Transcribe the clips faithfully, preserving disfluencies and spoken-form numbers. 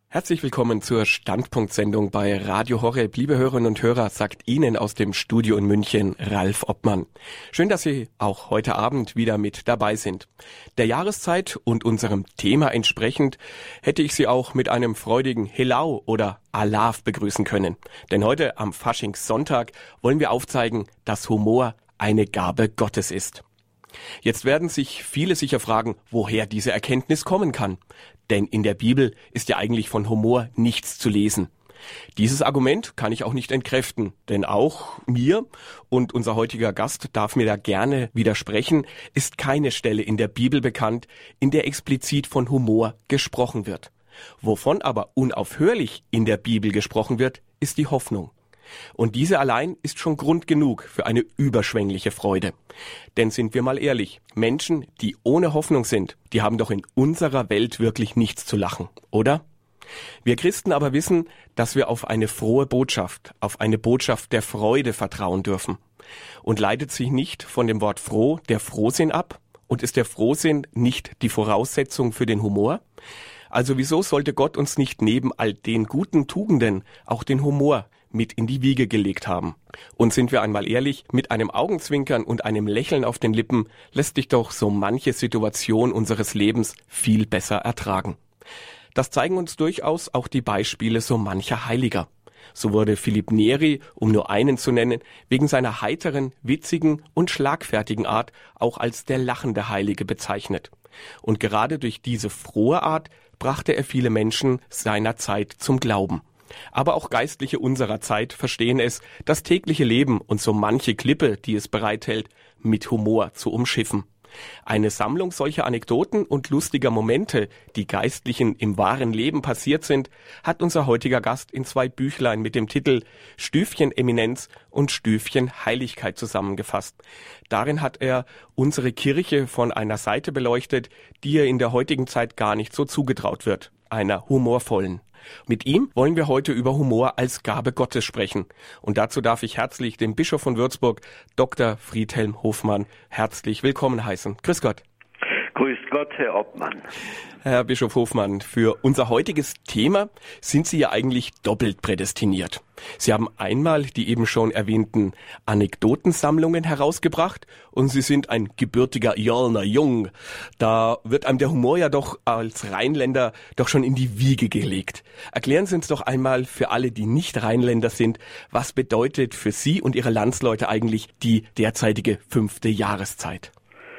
Herzlich willkommen zur Standpunktsendung bei Radio Horeb. Liebe Hörerinnen und Hörer, sagt Ihnen aus dem Studio in München Ralf Obmann. Schön, dass Sie auch heute Abend wieder mit dabei sind. Der Jahreszeit und unserem Thema entsprechend hätte ich Sie auch mit einem freudigen Helau oder Alaf begrüßen können. Denn heute am Faschingssonntag wollen wir aufzeigen, dass Humor eine Gabe Gottes ist. Jetzt werden sich viele sicher fragen, woher diese Erkenntnis kommen kann. Denn in der Bibel ist ja eigentlich von Humor nichts zu lesen. Dieses Argument kann ich auch nicht entkräften, denn auch mir, und unser heutiger Gast darf mir da gerne widersprechen, ist keine Stelle in der Bibel bekannt, in der explizit von Humor gesprochen wird. Wovon aber unaufhörlich in der Bibel gesprochen wird, ist die Hoffnung. Und diese allein ist schon Grund genug für eine überschwängliche Freude. Denn sind wir mal ehrlich, Menschen, die ohne Hoffnung sind, die haben doch in unserer Welt wirklich nichts zu lachen, oder? Wir Christen aber wissen, dass wir auf eine frohe Botschaft, auf eine Botschaft der Freude vertrauen dürfen. Und leitet sich nicht von dem Wort froh der Frohsinn ab? Und ist der Frohsinn nicht die Voraussetzung für den Humor? Also wieso sollte Gott uns nicht neben all den guten Tugenden auch den Humor mit in die Wiege gelegt haben? Und sind wir einmal ehrlich, mit einem Augenzwinkern und einem Lächeln auf den Lippen lässt sich doch so manche Situation unseres Lebens viel besser ertragen. Das zeigen uns durchaus auch die Beispiele so mancher Heiliger. So wurde Philipp Neri, um nur einen zu nennen, wegen seiner heiteren, witzigen und schlagfertigen Art auch als der lachende Heilige bezeichnet. Und gerade durch diese frohe Art brachte er viele Menschen seiner Zeit zum Glauben. Aber auch Geistliche unserer Zeit verstehen es, das tägliche Leben und so manche Klippe, die es bereithält, mit Humor zu umschiffen. Eine Sammlung solcher Anekdoten und lustiger Momente, die Geistlichen im wahren Leben passiert sind, hat unser heutiger Gast in zwei Büchlein mit dem Titel Stüfchen Eminenz und Stüfchen Heiligkeit zusammengefasst. Darin hat er unsere Kirche von einer Seite beleuchtet, die ihr in der heutigen Zeit gar nicht so zugetraut wird, einer humorvollen. Mit ihm wollen wir heute über Humor als Gabe Gottes sprechen. Und dazu darf ich herzlich den Bischof von Würzburg, Doktor Friedhelm Hofmann, herzlich willkommen heißen. Grüß Gott. Grüß Gott, Herr Obmann. Herr Bischof Hofmann, für unser heutiges Thema sind Sie ja eigentlich doppelt prädestiniert. Sie haben einmal die eben schon erwähnten Anekdotensammlungen herausgebracht und Sie sind ein gebürtiger Jörner Jung. Da wird einem der Humor ja doch als Rheinländer doch schon in die Wiege gelegt. Erklären Sie uns doch einmal für alle, die nicht Rheinländer sind, was bedeutet für Sie und Ihre Landsleute eigentlich die derzeitige fünfte Jahreszeit?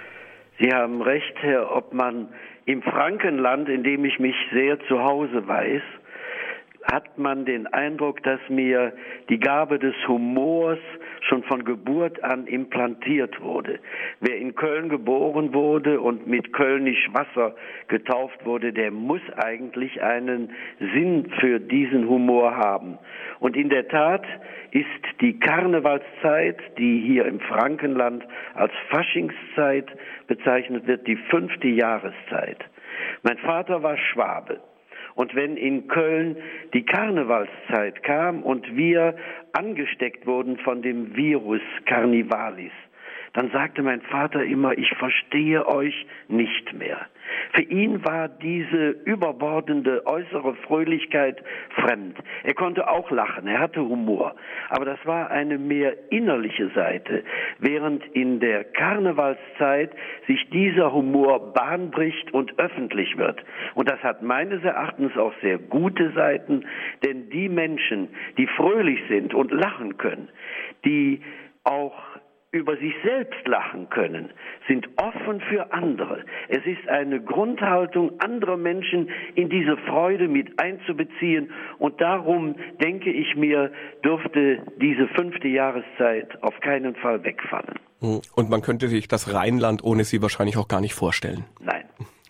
Sie haben recht, Herr Obmann. Im Frankenland, in dem ich mich sehr zu Hause weiß, hat man den Eindruck, dass mir die Gabe des Humors schon von Geburt an implantiert wurde. Wer in Köln geboren wurde und mit Kölnisch Wasser getauft wurde, der muss eigentlich einen Sinn für diesen Humor haben. Und in der Tat ist die Karnevalszeit, die hier im Frankenland als Faschingszeit bezeichnet wird, die fünfte Jahreszeit. Mein Vater war Schwabe. Und wenn in Köln die Karnevalszeit kam und wir angesteckt wurden von dem Virus Carnivalis, dann sagte mein Vater immer, ich verstehe euch nicht mehr. Für ihn war diese überbordende äußere Fröhlichkeit fremd. Er konnte auch lachen, er hatte Humor, aber das war eine mehr innerliche Seite, während in der Karnevalszeit sich dieser Humor Bahn bricht und öffentlich wird. Und das hat meines Erachtens auch sehr gute Seiten, denn die Menschen, die fröhlich sind und lachen können, die auch über sich selbst lachen können, sind offen für andere. Es ist eine Grundhaltung, andere Menschen in diese Freude mit einzubeziehen. Und darum, denke ich mir, dürfte diese fünfte Jahreszeit auf keinen Fall wegfallen. Und man könnte sich das Rheinland ohne Sie wahrscheinlich auch gar nicht vorstellen. Nein.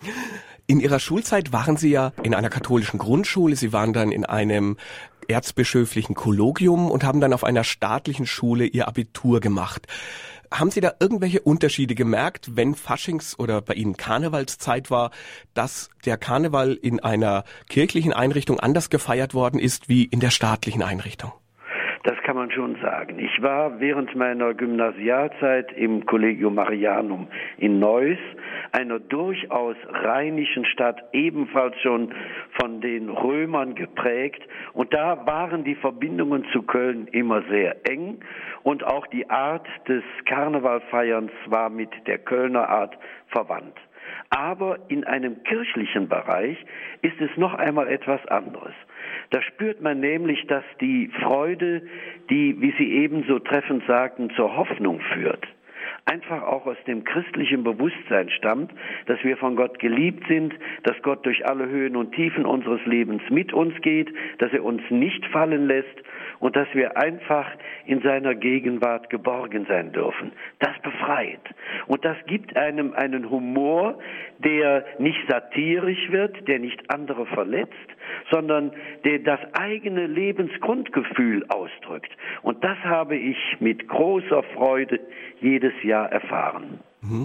In Ihrer Schulzeit waren Sie ja in einer katholischen Grundschule, Sie waren dann in einem erzbischöflichen Kolloquium und haben dann auf einer staatlichen Schule Ihr Abitur gemacht. Haben Sie da irgendwelche Unterschiede gemerkt, wenn Faschings- oder bei Ihnen Karnevalszeit war, dass der Karneval in einer kirchlichen Einrichtung anders gefeiert worden ist wie in der staatlichen Einrichtung? Das kann man schon sagen. Ich war während meiner Gymnasialzeit im Collegium Marianum in Neuss, einer durchaus rheinischen Stadt, ebenfalls schon von den Römern geprägt. Und da waren die Verbindungen zu Köln immer sehr eng. Und auch die Art des Karnevalfeierns war mit der Kölner Art verwandt. Aber in einem kirchlichen Bereich ist es noch einmal etwas anderes. Da spürt man nämlich, dass die Freude, die, wie Sie eben so treffend sagten, zur Hoffnung führt, einfach auch aus dem christlichen Bewusstsein stammt, dass wir von Gott geliebt sind, dass Gott durch alle Höhen und Tiefen unseres Lebens mit uns geht, dass er uns nicht fallen lässt und dass wir einfach in seiner Gegenwart geborgen sein dürfen. Das befreit. Und das gibt einem einen Humor, der nicht satirisch wird, der nicht andere verletzt, sondern der das eigene Lebensgrundgefühl ausdrückt. Und das habe ich mit großer Freude jedes Jahr erfahren. Mhm.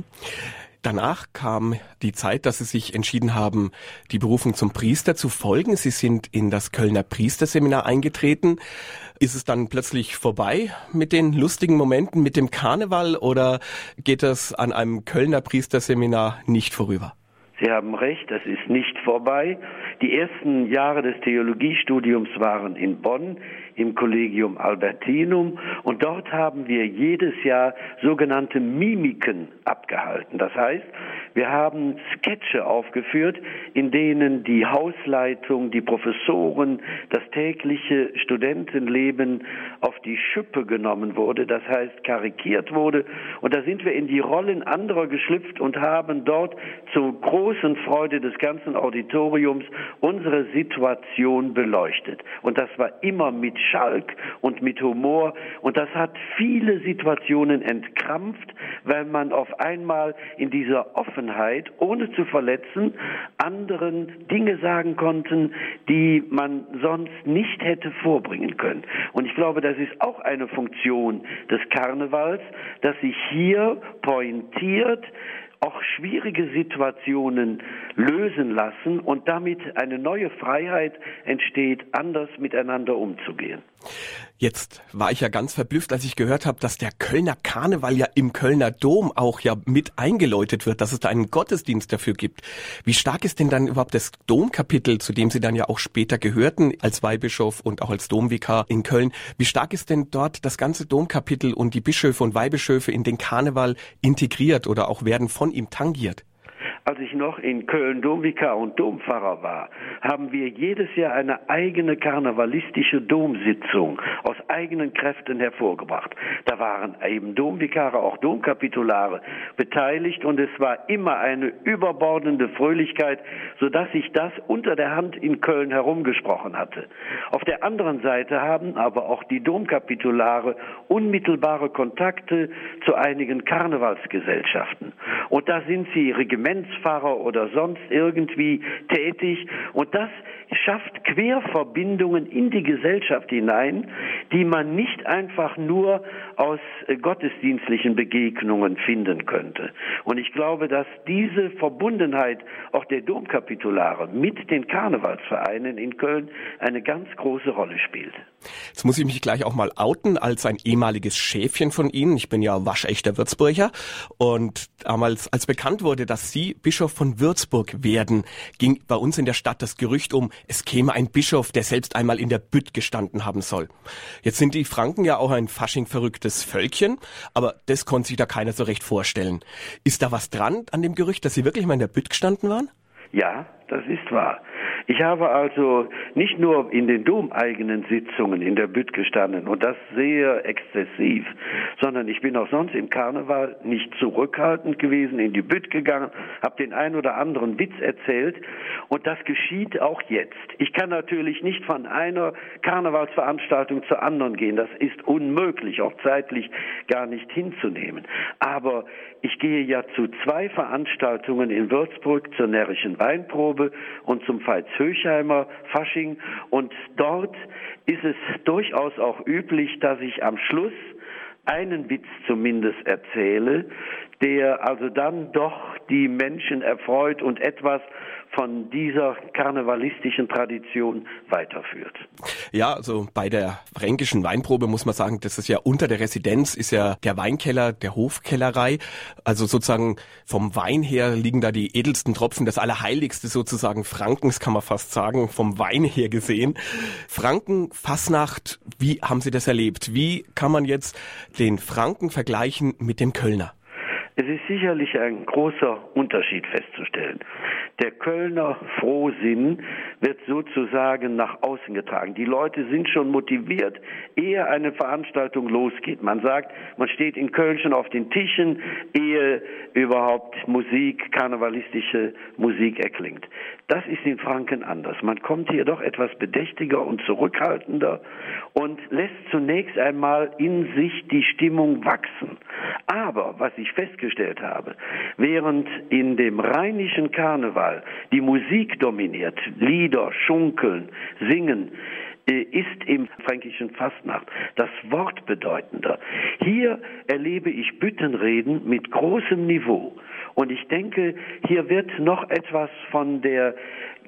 Danach kam die Zeit, dass Sie sich entschieden haben, die Berufung zum Priester zu folgen. Sie sind in das Kölner Priesterseminar eingetreten. Ist es dann plötzlich vorbei mit den lustigen Momenten, mit dem Karneval, oder geht das an einem Kölner Priesterseminar nicht vorüber? Sie haben recht, das ist nicht vorbei. Die ersten Jahre des Theologiestudiums waren in Bonn im Collegium Albertinum und dort haben wir jedes Jahr sogenannte Mimiken abgehalten. Das heißt, wir haben Sketche aufgeführt, in denen die Hausleitung, die Professoren, das tägliche Studentenleben auf die Schippe genommen wurde, das heißt karikiert wurde. Und da sind wir in die Rollen anderer geschlüpft und haben dort zur großen Freude des ganzen Auditoriums unsere Situation beleuchtet. Und das war immer mit Schalk und mit Humor. Und das hat viele Situationen entkrampft, weil man auf einmal in dieser Offenheit, ohne zu verletzen, anderen Dinge sagen konnten, die man sonst nicht hätte vorbringen können. Und ich glaube, das ist auch eine Funktion des Karnevals, dass sich hier pointiert auch schwierige Situationen lösen lassen und damit eine neue Freiheit entsteht, anders miteinander umzugehen. Jetzt war ich ja ganz verblüfft, als ich gehört habe, dass der Kölner Karneval ja im Kölner Dom auch ja mit eingeläutet wird, dass es da einen Gottesdienst dafür gibt. Wie stark ist denn dann überhaupt das Domkapitel, zu dem Sie dann ja auch später gehörten, als Weihbischof und auch als Domvikar in Köln? Wie stark ist denn dort das ganze Domkapitel und die Bischöfe und Weihbischöfe in den Karneval integriert oder auch werden von ihm tangiert? Als ich noch in Köln Domvikar und Dompfarrer war, haben wir jedes Jahr eine eigene karnevalistische Domsitzung aus eigenen Kräften hervorgebracht. Da waren eben Domvikare, auch Domkapitulare beteiligt und es war immer eine überbordende Fröhlichkeit, sodass sich das unter der Hand in Köln herumgesprochen hatte. Auf der anderen Seite haben aber auch die Domkapitulare unmittelbare Kontakte zu einigen Karnevalsgesellschaften. Und da sind sie Regimentspfarrer oder sonst irgendwie tätig. Und das schafft Querverbindungen in die Gesellschaft hinein, die man nicht einfach nur aus gottesdienstlichen Begegnungen finden könnte. Und ich glaube, dass diese Verbundenheit auch der Domkapitulare mit den Karnevalsvereinen in Köln eine ganz große Rolle spielt. Jetzt muss ich mich gleich auch mal outen als ein ehemaliges Schäfchen von Ihnen. Ich bin ja waschechter Würzburger und damals, als bekannt wurde, dass Sie Bischof von Würzburg werden, ging bei uns in der Stadt das Gerücht um, es käme ein Bischof, der selbst einmal in der Bütt gestanden haben soll. Jetzt sind die Franken ja auch ein faschingverrücktes Völkchen, aber das konnte sich da keiner so recht vorstellen. Ist da was dran an dem Gerücht, dass Sie wirklich mal in der Bütt gestanden waren? Ja, das ist wahr. Ich habe also nicht nur in den domeigenen Sitzungen in der Bütt gestanden und das sehr exzessiv, sondern ich bin auch sonst im Karneval nicht zurückhaltend gewesen, in die Bütt gegangen, habe den ein oder anderen Witz erzählt und das geschieht auch jetzt. Ich kann natürlich nicht von einer Karnevalsveranstaltung zur anderen gehen, das ist unmöglich, auch zeitlich gar nicht hinzunehmen. Aber ich gehe ja zu zwei Veranstaltungen in Würzburg, zur närrischen Weinprobe und zum Veitshöchheimer Fasching. Und dort ist es durchaus auch üblich, dass ich am Schluss einen Witz zumindest erzähle, der also dann doch die Menschen erfreut und etwas von dieser karnevalistischen Tradition weiterführt. Ja, also bei der fränkischen Weinprobe muss man sagen, das ist ja unter der Residenz, ist ja der Weinkeller der Hofkellerei. Also sozusagen vom Wein her liegen da die edelsten Tropfen, das Allerheiligste sozusagen Frankens, kann man fast sagen, vom Wein her gesehen. Franken, Fasnacht, wie haben Sie das erlebt? Wie kann man jetzt den Franken vergleichen mit dem Kölner? Es ist sicherlich ein großer Unterschied festzustellen. Der Kölner Frohsinn wird sozusagen nach außen getragen. Die Leute sind schon motiviert, ehe eine Veranstaltung losgeht. Man sagt, man steht in Köln schon auf den Tischen, ehe überhaupt Musik, karnevalistische Musik erklingt. Das ist in Franken anders. Man kommt hier doch etwas bedächtiger und zurückhaltender und lässt zunächst einmal in sich die Stimmung wachsen. Aber, was ich festgestellt habe, während in dem rheinischen Karneval die Musik dominiert, Lieder, Schunkeln, Singen, ist im fränkischen Fastnacht das Wort bedeutender. Hier erlebe ich Büttenreden mit großem Niveau. Und ich denke, hier wird noch etwas von der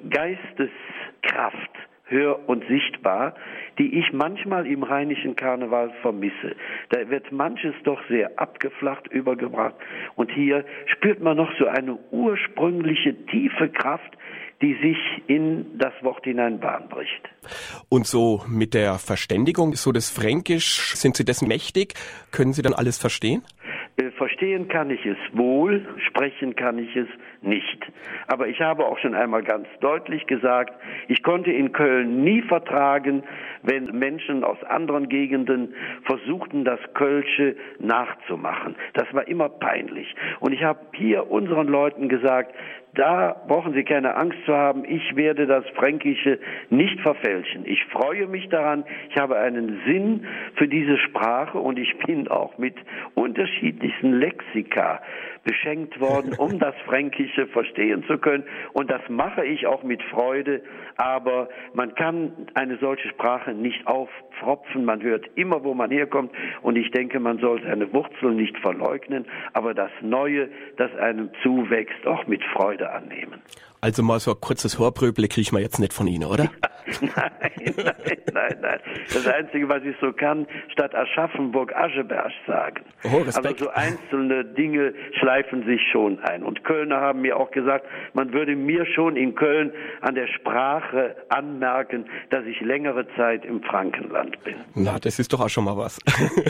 Geisteskraft hör- und sichtbar, die ich manchmal im rheinischen Karneval vermisse. Da wird manches doch sehr abgeflacht übergebracht. Und hier spürt man noch so eine ursprüngliche, tiefe Kraft, die sich in das Wort hinein Bahn bricht. Und so mit der Verständigung, so das Fränkisch, sind Sie dessen mächtig? Können Sie dann alles verstehen? Verstehen kann ich es wohl, sprechen kann ich es nicht. Aber ich habe auch schon einmal ganz deutlich gesagt, ich konnte in Köln nie vertragen, wenn Menschen aus anderen Gegenden versuchten, das Kölsche nachzumachen. Das war immer peinlich. Und ich habe hier unseren Leuten gesagt, da brauchen Sie keine Angst zu haben, ich werde das Fränkische nicht verfälschen. Ich freue mich daran, ich habe einen Sinn für diese Sprache und ich bin auch mit unterschiedlichsten Lexika beschenkt worden, um das Fränkische verstehen zu können. Und das mache ich auch mit Freude, aber man kann eine solche Sprache nicht aufpfropfen. Man hört immer, wo man herkommt und ich denke, man soll seine Wurzeln nicht verleugnen, aber das Neue, das einem zuwächst, auch mit Freude annehmen. Also mal so ein kurzes Hörpröble kriege ich mal jetzt nicht von Ihnen, oder? Nein, nein, nein, nein. Das Einzige, was ich so kann, statt Aschaffenburg Ascheberg sagen. Oh, Respekt. Also so einzelne Dinge schleifen sich schon ein. Und Kölner haben mir auch gesagt, man würde mir schon in Köln an der Sprache anmerken, dass ich längere Zeit im Frankenland bin. Na, das ist doch auch schon mal was.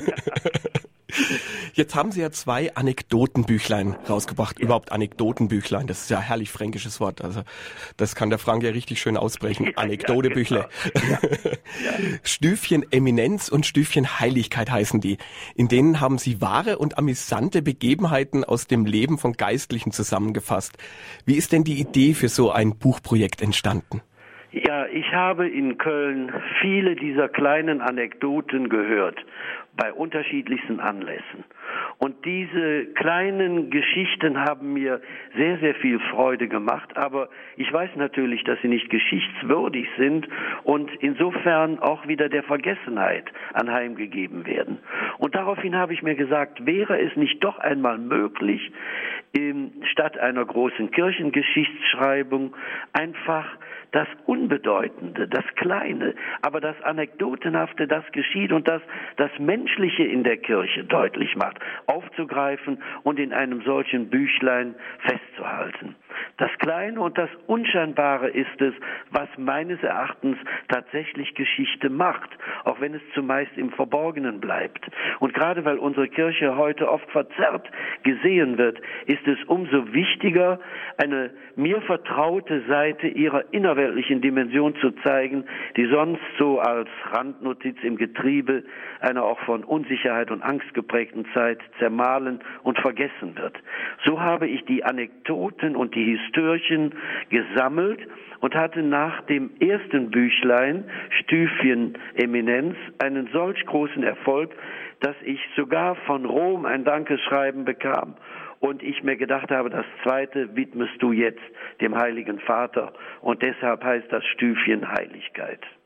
Jetzt haben Sie ja zwei Anekdotenbüchlein rausgebracht. Ja. Überhaupt Anekdotenbüchlein, das ist ja ein herrlich fränkisches Wort. Also das kann der Frank ja richtig schön aussprechen. Ja, Anekdotebüchle. Ja, genau. Ja. Stüfchen Eminenz und Stüfchen Heiligkeit heißen die. In denen haben Sie wahre und amüsante Begebenheiten aus dem Leben von Geistlichen zusammengefasst. Wie ist denn die Idee für so ein Buchprojekt entstanden? Ja, ich habe in Köln viele dieser kleinen Anekdoten gehört, bei unterschiedlichsten Anlässen. Und diese kleinen Geschichten haben mir sehr, sehr viel Freude gemacht, aber ich weiß natürlich, dass sie nicht geschichtswürdig sind und insofern auch wieder der Vergessenheit anheimgegeben werden. Und daraufhin habe ich mir gesagt, wäre es nicht doch einmal möglich, statt einer großen Kirchengeschichtsschreibung einfach das Unbedeutende, das Kleine, aber das Anekdotenhafte, das geschieht und das das Menschliche in der Kirche deutlich macht, aufzugreifen und in einem solchen Büchlein festzuhalten. Das Kleine und das Unscheinbare ist es, was meines Erachtens tatsächlich Geschichte macht, auch wenn es zumeist im Verborgenen bleibt. Und gerade weil unsere Kirche heute oft verzerrt gesehen wird, ist es umso wichtiger, eine mir vertraute Seite ihrer innerweltlichen Dimension zu zeigen, die sonst so als Randnotiz im Getriebe einer auch von Unsicherheit und Angst geprägten Zeit zermahlen und vergessen wird. So habe ich die Anekdoten und die Histörchen gesammelt und hatte nach dem ersten Büchlein Stüfchen Eminenz einen solch großen Erfolg, dass ich sogar von Rom ein Dankeschreiben bekam. Und ich mir gedacht habe, das zweite widmest du jetzt dem Heiligen Vater. Und deshalb heißt das Stüfchen Heiligkeit.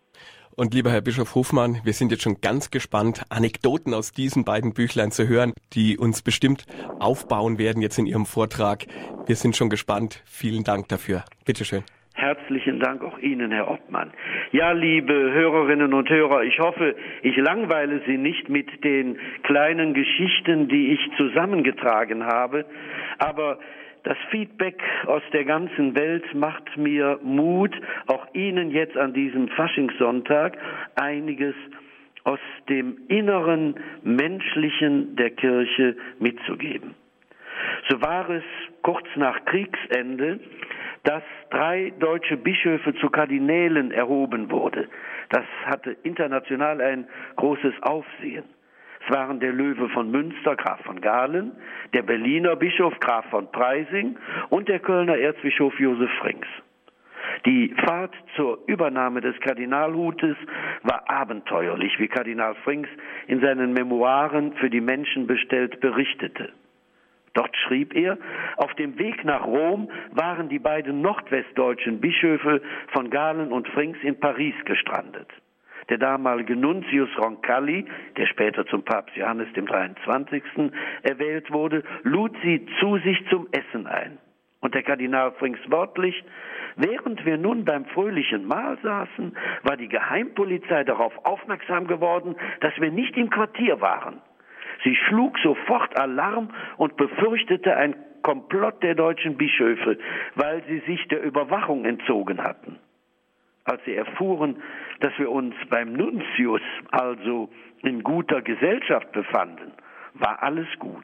Und lieber Herr Bischof Hofmann, wir sind jetzt schon ganz gespannt, Anekdoten aus diesen beiden Büchlein zu hören, die uns bestimmt aufbauen werden jetzt in Ihrem Vortrag. Wir sind schon gespannt. Vielen Dank dafür. Bitte schön. Herzlichen Dank auch Ihnen, Herr Obmann. Ja, liebe Hörerinnen und Hörer, ich hoffe, ich langweile Sie nicht mit den kleinen Geschichten, die ich zusammengetragen habe, aber das Feedback aus der ganzen Welt macht mir Mut, auch Ihnen jetzt an diesem Faschingssonntag einiges aus dem Inneren Menschlichen der Kirche mitzugeben. So war es kurz nach Kriegsende, dass drei deutsche Bischöfe zu Kardinälen erhoben wurde. Das hatte international ein großes Aufsehen. Es waren der Löwe von Münster, Graf von Galen, der Berliner Bischof, Graf von Preysing und der Kölner Erzbischof Josef Frings. Die Fahrt zur Übernahme des Kardinalhutes war abenteuerlich, wie Kardinal Frings in seinen Memoiren für die Menschen bestellt berichtete. Dort schrieb er, auf dem Weg nach Rom waren die beiden nordwestdeutschen Bischöfe von Galen und Frings in Paris gestrandet. Der damalige Nuntius Roncalli, der später zum Papst Johannes dem dreiundzwanzigsten erwählt wurde, lud sie zu sich zum Essen ein. Und der Kardinal Frings wörtlich: Während wir nun beim fröhlichen Mahl saßen, war die Geheimpolizei darauf aufmerksam geworden, dass wir nicht im Quartier waren. Sie schlug sofort Alarm und befürchtete ein Komplott der deutschen Bischöfe, weil sie sich der Überwachung entzogen hatten. Als sie erfuhren, dass wir uns beim Nuntius, also in guter Gesellschaft befanden, war alles gut.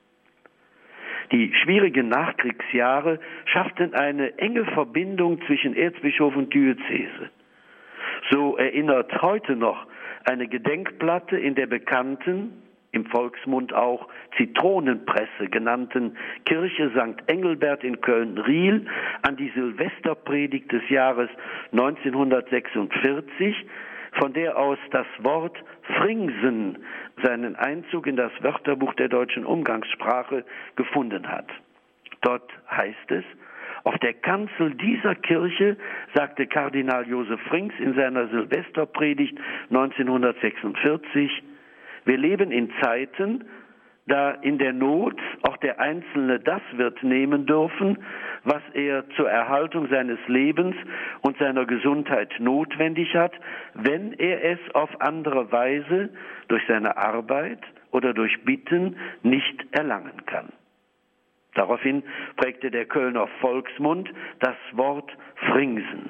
Die schwierigen Nachkriegsjahre schafften eine enge Verbindung zwischen Erzbischof und Diözese. So erinnert heute noch eine Gedenkplatte in der bekannten, im Volksmund auch Zitronenpresse genannten Kirche Sankt Engelbert in Köln-Riehl an die Silvesterpredigt des Jahres neunzehnhundertsechsundvierzig, von der aus das Wort Fringsen seinen Einzug in das Wörterbuch der deutschen Umgangssprache gefunden hat. Dort heißt es: Auf der Kanzel dieser Kirche sagte Kardinal Josef Frings in seiner Silvesterpredigt neunzehnhundertsechsundvierzig: Wir leben in Zeiten, da in der Not auch der Einzelne das wird nehmen dürfen, was er zur Erhaltung seines Lebens und seiner Gesundheit notwendig hat, wenn er es auf andere Weise durch seine Arbeit oder durch Bitten nicht erlangen kann. Daraufhin prägte der Kölner Volksmund das Wort Fringsen.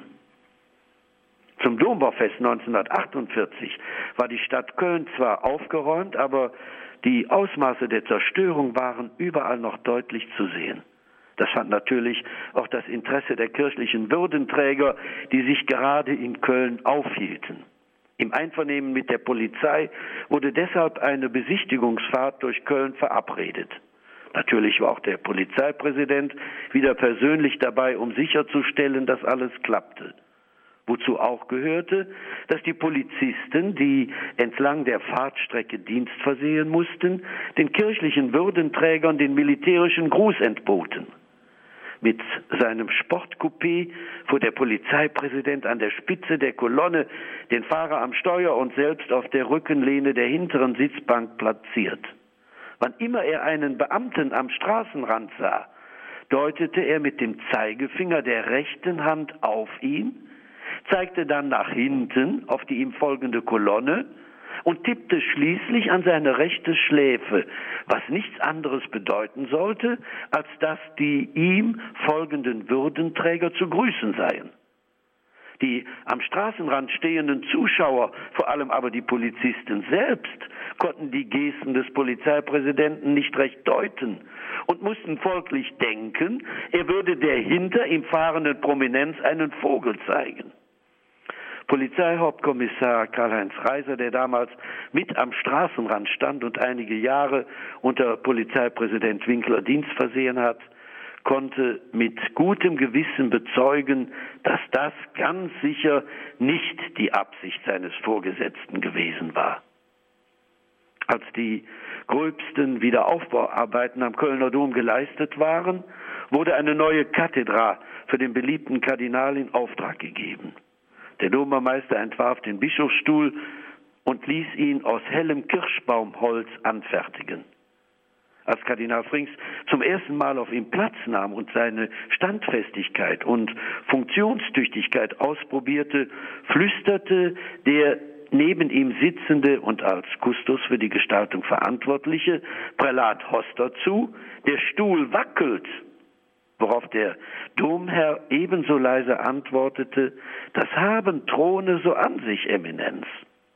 Zum Dombaufest neunzehnhundertachtundvierzig war die Stadt Köln zwar aufgeräumt, aber die Ausmaße der Zerstörung waren überall noch deutlich zu sehen. Das fand natürlich auch das Interesse der kirchlichen Würdenträger, die sich gerade in Köln aufhielten. Im Einvernehmen mit der Polizei wurde deshalb eine Besichtigungsfahrt durch Köln verabredet. Natürlich war auch der Polizeipräsident wieder persönlich dabei, um sicherzustellen, dass alles klappte. Wozu auch gehörte, dass die Polizisten, die entlang der Fahrtstrecke Dienst versehen mussten, den kirchlichen Würdenträgern den militärischen Gruß entboten. Mit seinem Sportcoupé fuhr der Polizeipräsident an der Spitze der Kolonne, den Fahrer am Steuer und selbst auf der Rückenlehne der hinteren Sitzbank platziert. Wann immer er einen Beamten am Straßenrand sah, deutete er mit dem Zeigefinger der rechten Hand auf ihn, zeigte dann nach hinten auf die ihm folgende Kolonne und tippte schließlich an seine rechte Schläfe, was nichts anderes bedeuten sollte, als dass die ihm folgenden Würdenträger zu grüßen seien. Die am Straßenrand stehenden Zuschauer, vor allem aber die Polizisten selbst, konnten die Gesten des Polizeipräsidenten nicht recht deuten und mussten folglich denken, er würde der hinter ihm fahrenden Prominenz einen Vogel zeigen. Polizeihauptkommissar Karl-Heinz Reiser, der damals mit am Straßenrand stand und einige Jahre unter Polizeipräsident Winkler Dienst versehen hat, konnte mit gutem Gewissen bezeugen, dass das ganz sicher nicht die Absicht seines Vorgesetzten gewesen war. Als die gröbsten Wiederaufbauarbeiten am Kölner Dom geleistet waren, wurde eine neue Kathedra für den beliebten Kardinal in Auftrag gegeben. Der Dommeister entwarf den Bischofsstuhl und ließ ihn aus hellem Kirschbaumholz anfertigen. Als Kardinal Frings zum ersten Mal auf ihm Platz nahm und seine Standfestigkeit und Funktionstüchtigkeit ausprobierte, flüsterte der neben ihm sitzende und als Kustos für die Gestaltung verantwortliche Prälat Hoster zu: Der Stuhl wackelt. Worauf der Domherr ebenso leise antwortete: Das haben Throne so an sich, Eminenz.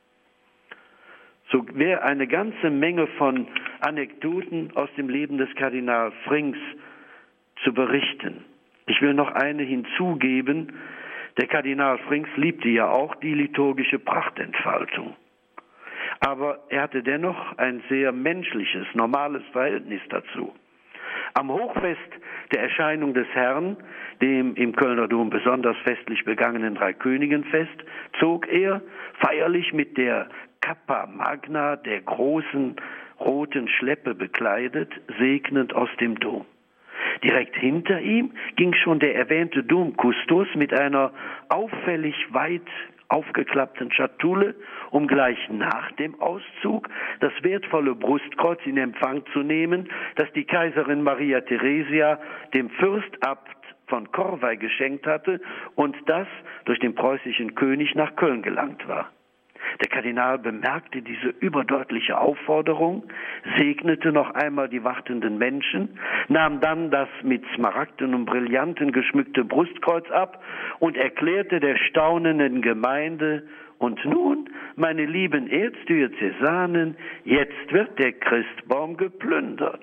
So wäre eine ganze Menge von Anekdoten aus dem Leben des Kardinal Frings zu berichten. Ich will noch eine hinzugeben. Der Kardinal Frings liebte ja auch die liturgische Prachtentfaltung. Aber er hatte dennoch ein sehr menschliches, normales Verhältnis dazu. Am Hochfest der Erscheinung des Herrn, dem im Kölner Dom besonders festlich begangenen Dreikönigenfest, zog er feierlich mit der Kappa Magna, der großen roten Schleppe bekleidet, segnend aus dem Dom. Direkt hinter ihm ging schon der erwähnte Domkustos mit einer auffällig weit aufgeklappten Schatulle, um gleich nach dem Auszug das wertvolle Brustkreuz in Empfang zu nehmen, das die Kaiserin Maria Theresia dem Fürstabt von Corvey geschenkt hatte und das durch den preußischen König nach Köln gelangt war. Der Kardinal bemerkte diese überdeutliche Aufforderung, segnete noch einmal die wartenden Menschen, nahm dann das mit Smaragden und Brillanten geschmückte Brustkreuz ab und erklärte der staunenden Gemeinde: Und nun, meine lieben Erzdiözesanen, jetzt wird der Christbaum geplündert.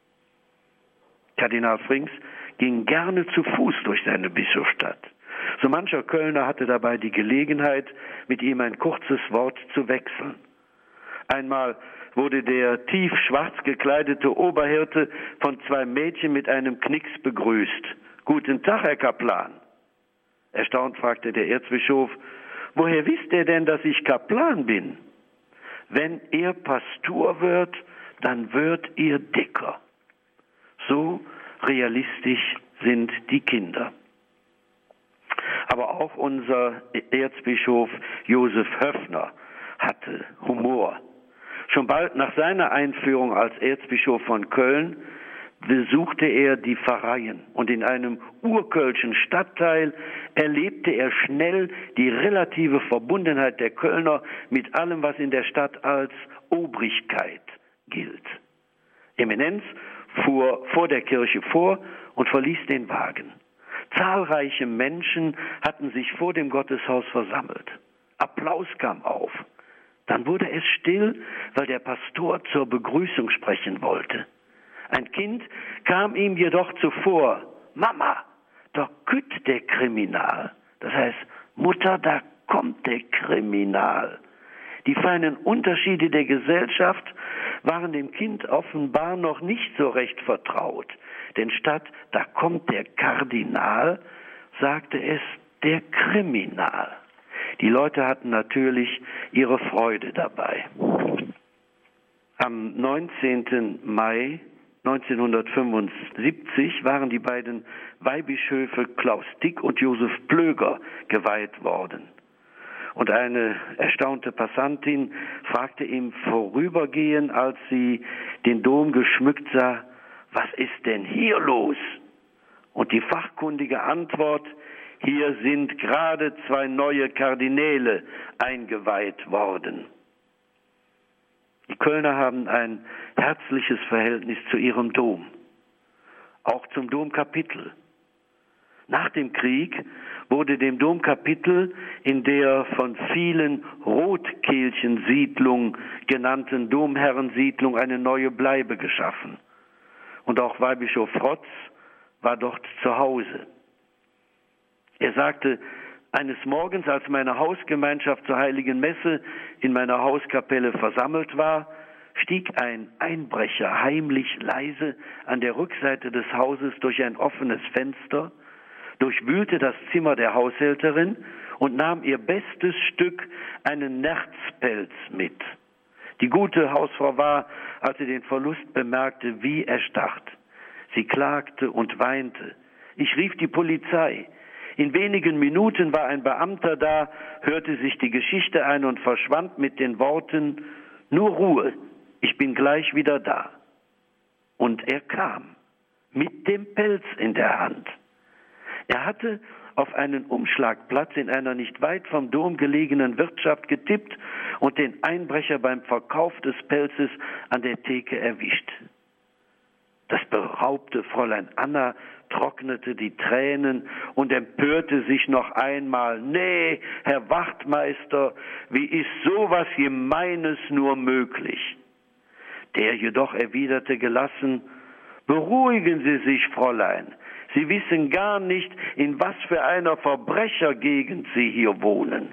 Kardinal Frings ging gerne zu Fuß durch seine Bischofsstadt. So mancher Kölner hatte dabei die Gelegenheit, mit ihm ein kurzes Wort zu wechseln. Einmal wurde der tief schwarz gekleidete Oberhirte von zwei Mädchen mit einem Knicks begrüßt. »Guten Tag, Herr Kaplan.« Erstaunt fragte der Erzbischof: »Woher wisst ihr denn, dass ich Kaplan bin?« »Wenn er Pastor wird, dann wird ihr dicker.« So realistisch sind die Kinder. Aber auch unser Erzbischof Josef Höffner hatte Humor. Schon bald nach seiner Einführung als Erzbischof von Köln besuchte er die Pfarreien und in einem urkölschen Stadtteil erlebte er schnell die relative Verbundenheit der Kölner mit allem, was in der Stadt als Obrigkeit gilt. Eminenz fuhr vor der Kirche vor und verließ den Wagen. Zahlreiche Menschen hatten sich vor dem Gotteshaus versammelt. Applaus kam auf. Dann wurde es still, weil der Pastor zur Begrüßung sprechen wollte. Ein Kind kam ihm jedoch zuvor: »Mama, da kütt der Kriminal.« Das heißt: »Mutter, da kommt der Kriminal.« Die feinen Unterschiede der Gesellschaft waren dem Kind offenbar noch nicht so recht vertraut. Denn statt »da kommt der Kardinal«, sagte es »der Kriminal«. Die Leute hatten natürlich ihre Freude dabei. Am neunzehnten Mai neunzehnhundertfünfundsiebzig waren die beiden Weihbischöfe Klaus Dick und Josef Plöger geweiht worden. Und eine erstaunte Passantin fragte im Vorübergehen, als sie den Dom geschmückt sah: »Was ist denn hier los?« Und die fachkundige Antwort: »Hier sind gerade zwei neue Kardinäle eingeweiht worden.« Die Kölner haben ein herzliches Verhältnis zu ihrem Dom, auch zum Domkapitel. Nach dem Krieg wurde dem Domkapitel in der von vielen Rotkehlchensiedlung genannten Domherrensiedlung eine neue Bleibe geschaffen. Und auch Weihbischof Frotz war dort zu Hause. Er sagte: Eines Morgens, als meine Hausgemeinschaft zur Heiligen Messe in meiner Hauskapelle versammelt war, stieg ein Einbrecher heimlich leise an der Rückseite des Hauses durch ein offenes Fenster, durchwühlte das Zimmer der Haushälterin und nahm ihr bestes Stück, einen Nerzpelz, mit. Die gute Hausfrau war, als sie den Verlust bemerkte, wie erstarrt. Sie klagte und weinte. Ich rief die Polizei. In wenigen Minuten war ein Beamter da, hörte sich die Geschichte ein und verschwand mit den Worten: Nur Ruhe, ich bin gleich wieder da. Und er kam, mit dem Pelz in der Hand. Er hatte auf einen Umschlagplatz in einer nicht weit vom Dom gelegenen Wirtschaft getippt und den Einbrecher beim Verkauf des Pelzes an der Theke erwischt. Das beraubte Fräulein Anna trocknete die Tränen und empörte sich noch einmal. Nee, Herr Wachtmeister, wie ist sowas Gemeines nur möglich? Der jedoch erwiderte gelassen: Beruhigen Sie sich, Fräulein. Sie wissen gar nicht, in was für einer Verbrechergegend Sie hier wohnen.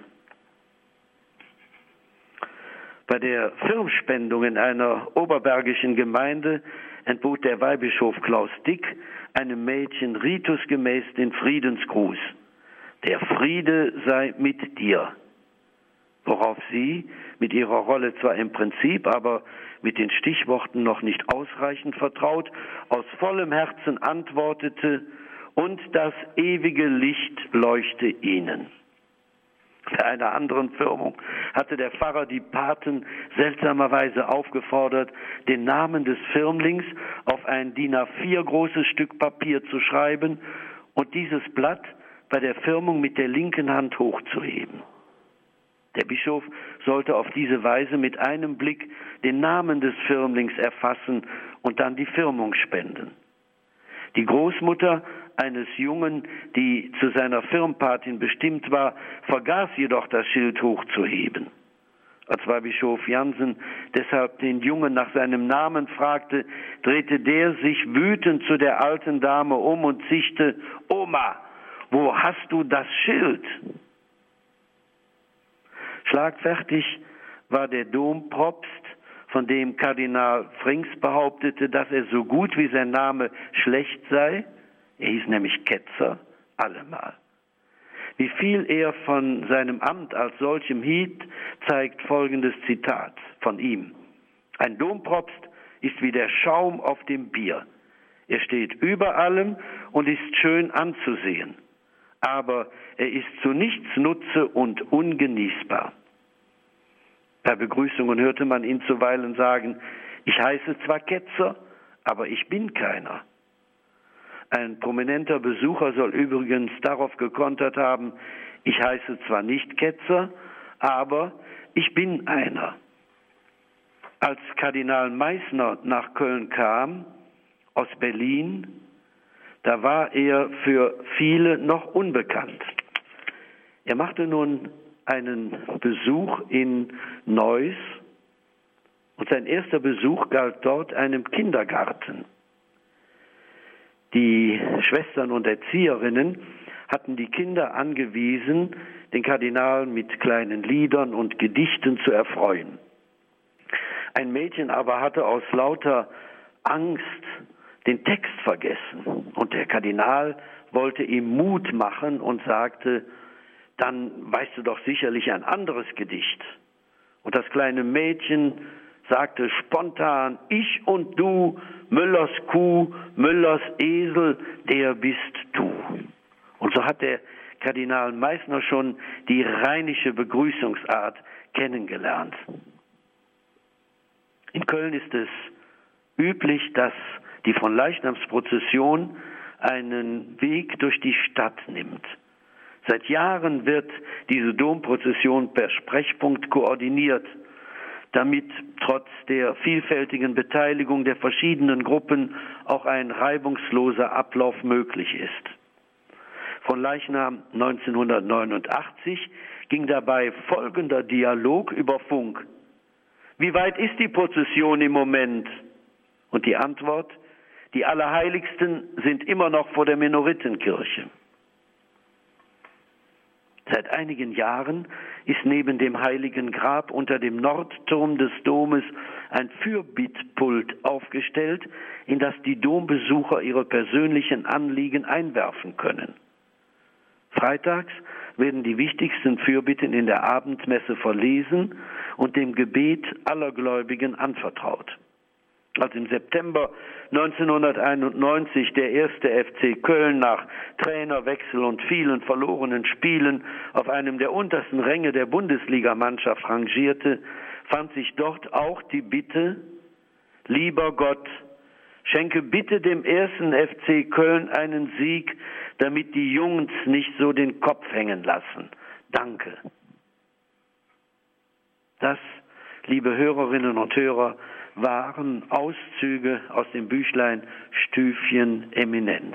Bei der Firmspendung in einer oberbergischen Gemeinde entbot der Weihbischof Klaus Dick einem Mädchen ritusgemäß den Friedensgruß: Der Friede sei mit dir. Worauf sie, mit ihrer Rolle zwar im Prinzip, aber mit den Stichworten noch nicht ausreichend vertraut, aus vollem Herzen antwortete: Und das ewige Licht leuchte ihnen. Bei einer anderen Firmung hatte der Pfarrer die Paten seltsamerweise aufgefordert, den Namen des Firmlings auf ein D I N A vier großes Stück Papier zu schreiben und dieses Blatt bei der Firmung mit der linken Hand hochzuheben. Der Bischof sollte auf diese Weise mit einem Blick den Namen des Firmlings erfassen und dann die Firmung spenden. Die Großmutter eines Jungen, die zu seiner Firmpatin bestimmt war, vergaß jedoch das Schild hochzuheben. Als Weihbischof Jansen deshalb den Jungen nach seinem Namen fragte, drehte der sich wütend zu der alten Dame um und zischte: Oma, wo hast du das Schild? Schlagfertig war der Dompropst, von dem Kardinal Frings behauptete, dass er so gut wie sein Name schlecht sei. Er hieß nämlich Ketzer, allemal. Wie viel er von seinem Amt als solchem hielt, zeigt folgendes Zitat von ihm: Ein Dompropst ist wie der Schaum auf dem Bier. Er steht über allem und ist schön anzusehen, aber er ist zu nichts Nutze und ungenießbar. Bei Begrüßungen hörte man ihn zuweilen sagen: Ich heiße zwar Ketzer, aber ich bin keiner. Ein prominenter Besucher soll übrigens darauf gekontert haben: Ich heiße zwar nicht Ketzer, aber ich bin einer. Als Kardinal Meissner nach Köln kam, aus Berlin, da war er für viele noch unbekannt. Er machte nun einen Besuch in Neuss und sein erster Besuch galt dort einem Kindergarten. Die Schwestern und Erzieherinnen hatten die Kinder angewiesen, den Kardinal mit kleinen Liedern und Gedichten zu erfreuen. Ein Mädchen aber hatte aus lauter Angst den Text vergessen und der Kardinal wollte ihm Mut machen und sagte: Dann weißt du doch sicherlich ein anderes Gedicht. Und das kleine Mädchen sagte spontan: Ich und du, Müllers Kuh, Müllers Esel, der bist du. Und so hat der Kardinal Meissner schon die rheinische Begrüßungsart kennengelernt. In Köln ist es üblich, dass die Fronleichnamsprozession einen Weg durch die Stadt nimmt. Seit Jahren wird diese Domprozession per Sprechpunkt koordiniert, damit trotz der vielfältigen Beteiligung der verschiedenen Gruppen auch ein reibungsloser Ablauf möglich ist. Von Leichnam neunzehnhundertneunundachtzig ging dabei folgender Dialog über Funk: Wie weit ist die Prozession im Moment? Und die Antwort: Die Allerheiligsten sind immer noch vor der Minoritenkirche. Seit einigen Jahren ist neben dem Heiligen Grab unter dem Nordturm des Domes ein Fürbittpult aufgestellt, in das die Dombesucher ihre persönlichen Anliegen einwerfen können. Freitags werden die wichtigsten Fürbitten in der Abendmesse verlesen und dem Gebet aller Gläubigen anvertraut. als im September neunzehnhunderteinundneunzig der erste F C Köln nach Trainerwechsel und vielen verlorenen Spielen auf einem der untersten Ränge der Bundesligamannschaft rangierte, fand sich dort auch die Bitte: Lieber Gott, schenke bitte dem ersten F C Köln einen Sieg, damit die Jungs nicht so den Kopf hängen lassen. Danke. Das, liebe Hörerinnen und Hörer, waren Auszüge aus dem Büchlein Stüfchen Eminenz.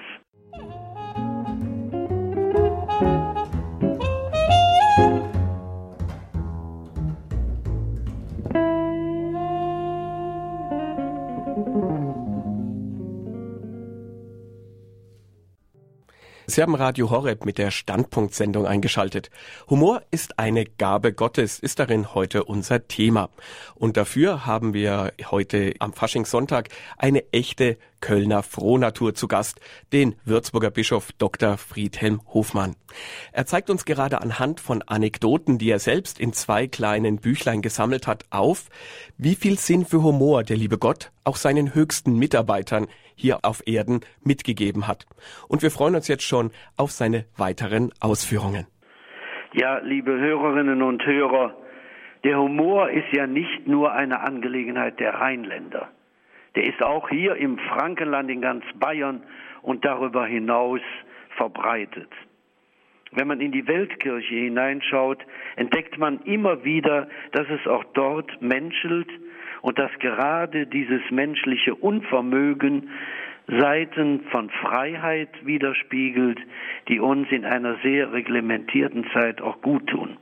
Sie haben Radio Horeb mit der Standpunkt-Sendung eingeschaltet. Humor ist eine Gabe Gottes, ist darin heute unser Thema. Und dafür haben wir heute am Faschingssonntag eine echte Kölner Frohnatur zu Gast, den Würzburger Bischof Doktor Friedhelm Hofmann. Er zeigt uns gerade anhand von Anekdoten, die er selbst in zwei kleinen Büchlein gesammelt hat, auf, wie viel Sinn für Humor der liebe Gott auch seinen höchsten Mitarbeitern hier auf Erden mitgegeben hat. Und wir freuen uns jetzt schon auf seine weiteren Ausführungen. Ja, liebe Hörerinnen und Hörer, der Humor ist ja nicht nur eine Angelegenheit der Rheinländer. Der ist auch hier im Frankenland, in ganz Bayern und darüber hinaus verbreitet. Wenn man in die Weltkirche hineinschaut, entdeckt man immer wieder, dass es auch dort menschelt und dass gerade dieses menschliche Unvermögen Seiten von Freiheit widerspiegelt, die uns in einer sehr reglementierten Zeit auch gut tun.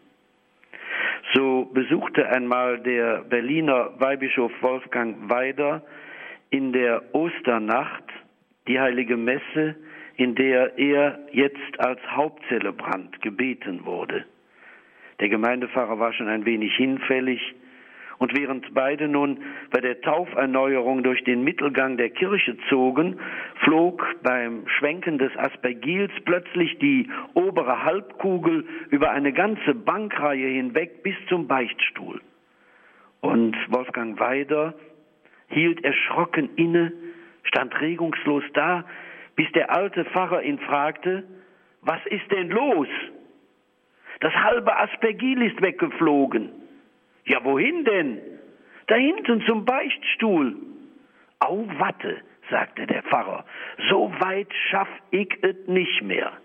So besuchte einmal der Berliner Weihbischof Wolfgang Weider in der Osternacht die heilige Messe, in der er jetzt als Hauptzelebrant gebeten wurde. Der Gemeindepfarrer war schon ein wenig hinfällig, und während beide nun bei der Tauferneuerung durch den Mittelgang der Kirche zogen, flog beim Schwenken des Aspergils plötzlich die obere Halbkugel über eine ganze Bankreihe hinweg bis zum Beichtstuhl. Und Wolfgang Weider hielt erschrocken inne, stand regungslos da, bis der alte Pfarrer ihn fragte: Was ist denn los? Das halbe Aspergil ist weggeflogen. Ja, wohin denn? Da hinten zum Beichtstuhl. Au, Watte, sagte der Pfarrer, so weit schaff ich es nicht mehr.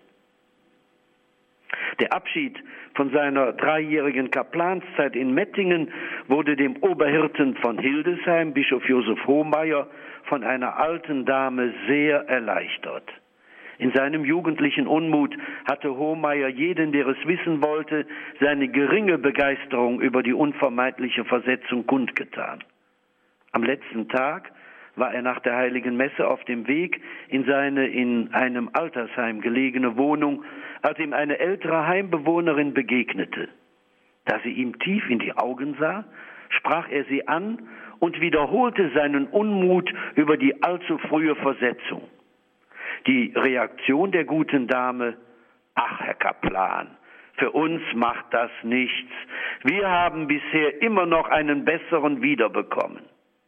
Der Abschied von seiner dreijährigen Kaplanszeit in Mettingen wurde dem Oberhirten von Hildesheim, Bischof Josef Hohmeier, von einer alten Dame sehr erleichtert. In seinem jugendlichen Unmut hatte Hohmeier jeden, der es wissen wollte, seine geringe Begeisterung über die unvermeidliche Versetzung kundgetan. Am letzten Tag war er nach der heiligen Messe auf dem Weg in seine in einem Altersheim gelegene Wohnung, als ihm eine ältere Heimbewohnerin begegnete. Da sie ihm tief in die Augen sah, sprach er sie an und wiederholte seinen Unmut über die allzu frühe Versetzung. Die Reaktion der guten Dame: Ach, Herr Kaplan, für uns macht das nichts. Wir haben bisher immer noch einen besseren wiederbekommen.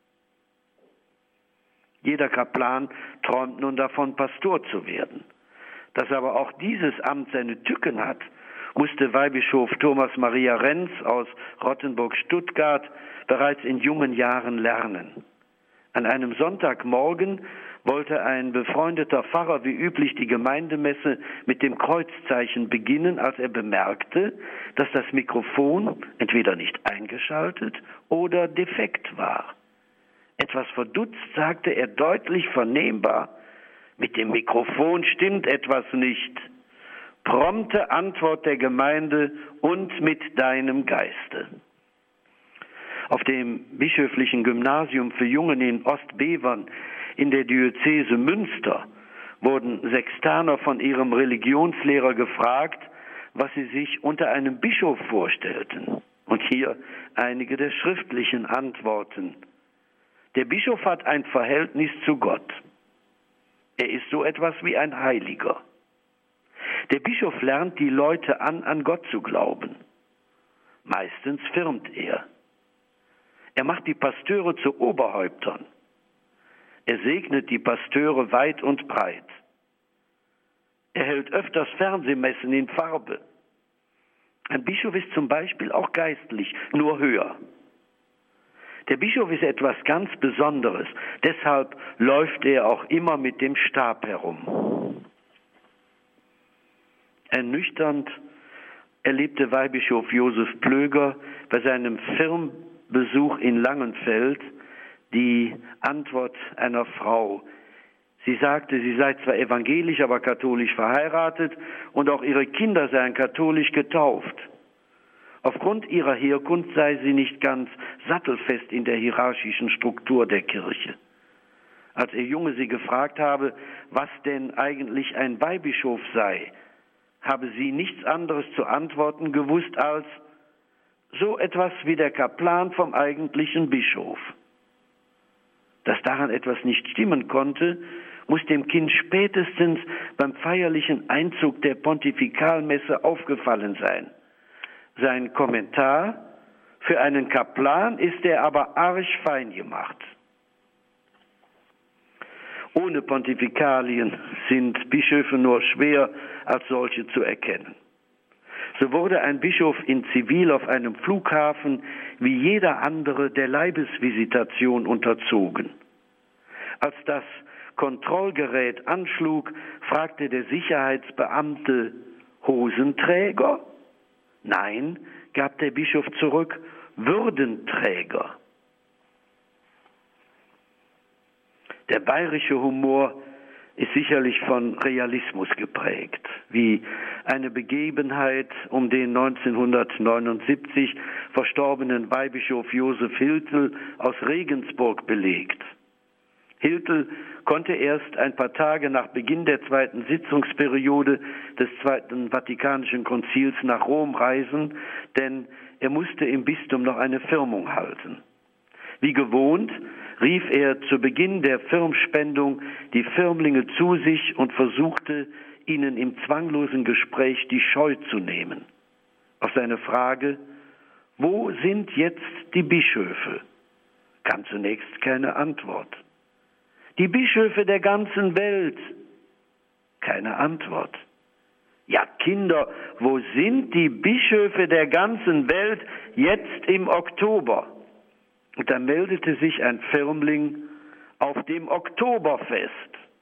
Jeder Kaplan träumt nun davon, Pastor zu werden. Dass aber auch dieses Amt seine Tücken hat, musste Weihbischof Thomas Maria Renz aus Rottenburg-Stuttgart bereits in jungen Jahren lernen. An einem Sonntagmorgen wollte ein befreundeter Pfarrer wie üblich die Gemeindemesse mit dem Kreuzzeichen beginnen, als er bemerkte, dass das Mikrofon entweder nicht eingeschaltet oder defekt war. Etwas verdutzt sagte er deutlich vernehmbar: Mit dem Mikrofon stimmt etwas nicht. Prompte Antwort der Gemeinde: Und mit deinem Geiste. Auf dem bischöflichen Gymnasium für Jungen in Ostbevern in der Diözese Münster wurden Sextaner von ihrem Religionslehrer gefragt, was sie sich unter einem Bischof vorstellten. Und hier einige der schriftlichen Antworten. Der Bischof hat ein Verhältnis zu Gott. Er ist so etwas wie ein Heiliger. Der Bischof lernt die Leute an, an Gott zu glauben. Meistens firmt er. Er macht die Pasteure zu Oberhäuptern. Er segnet die Pasteure weit und breit. Er hält öfters Fernsehmessen in Farbe. Ein Bischof ist zum Beispiel auch geistlich, nur höher. Der Bischof ist etwas ganz Besonderes. Deshalb läuft er auch immer mit dem Stab herum. Ernüchternd erlebte Weihbischof Josef Plöger bei seinem Firmbesuch in Langenfeld die Antwort einer Frau. Sie sagte, sie sei zwar evangelisch, aber katholisch verheiratet und auch ihre Kinder seien katholisch getauft. Aufgrund ihrer Herkunft sei sie nicht ganz sattelfest in der hierarchischen Struktur der Kirche. Als ihr Junge sie gefragt habe, was denn eigentlich ein Weihbischof sei, habe sie nichts anderes zu antworten gewusst als so etwas wie der Kaplan vom eigentlichen Bischof. Dass daran etwas nicht stimmen konnte, muss dem Kind spätestens beim feierlichen Einzug der Pontifikalmesse aufgefallen sein. Sein Kommentar: Für einen Kaplan ist er aber arg fein gemacht. Ohne Pontifikalien sind Bischöfe nur schwer als solche zu erkennen. So wurde ein Bischof in Zivil auf einem Flughafen wie jeder andere der Leibesvisitation unterzogen. Als das Kontrollgerät anschlug, fragte der Sicherheitsbeamte: Hosenträger? Nein, gab der Bischof zurück, Würdenträger. Der bayerische Humor ist sicherlich von Realismus geprägt, wie eine Begebenheit um den neunzehnhundertneunundsiebzig verstorbenen Weihbischof Josef Hiltel aus Regensburg belegt. Hiltel konnte erst ein paar Tage nach Beginn der zweiten Sitzungsperiode des Zweiten Vatikanischen Konzils nach Rom reisen, denn er musste im Bistum noch eine Firmung halten. Wie gewohnt rief er zu Beginn der Firmspendung die Firmlinge zu sich und versuchte, ihnen im zwanglosen Gespräch die Scheu zu nehmen. Auf seine Frage: Wo sind jetzt die Bischöfe?, kam zunächst keine Antwort. Die Bischöfe der ganzen Welt. Keine Antwort. Ja, Kinder, wo sind die Bischöfe der ganzen Welt jetzt im Oktober? Und da meldete sich ein Firmling: auf dem Oktoberfest.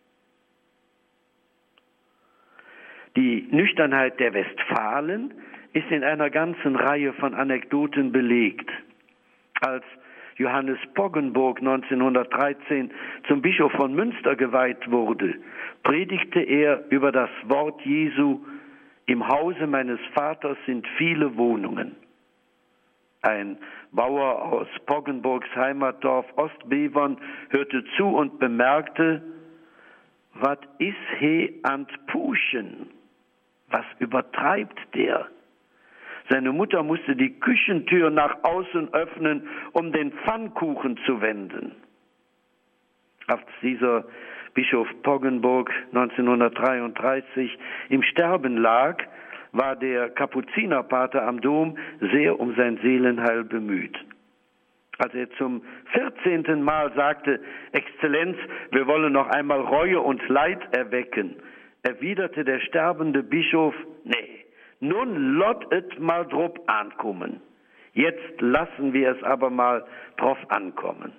Die Nüchternheit der Westfalen ist in einer ganzen Reihe von Anekdoten belegt. Als Johannes Poggenburg neunzehnhundertdreizehn zum Bischof von Münster geweiht wurde, predigte er über das Wort Jesu: Im Hause meines Vaters sind viele Wohnungen. Ein Bauer aus Poggenburgs Heimatdorf Ostbevern hörte zu und bemerkte: Was is he ant Puschen? Was übertreibt der? Seine Mutter musste die Küchentür nach außen öffnen, um den Pfannkuchen zu wenden. Als dieser Bischof Poggenburg neunzehnhundertdreiunddreißig im Sterben lag, war der Kapuzinerpater am Dom sehr um sein Seelenheil bemüht. Als er zum vierzehnten Mal sagte: Exzellenz, wir wollen noch einmal Reue und Leid erwecken, erwiderte der sterbende Bischof: Nee, nun lot et mal drop ankommen. Jetzt lassen wir es aber mal drauf ankommen.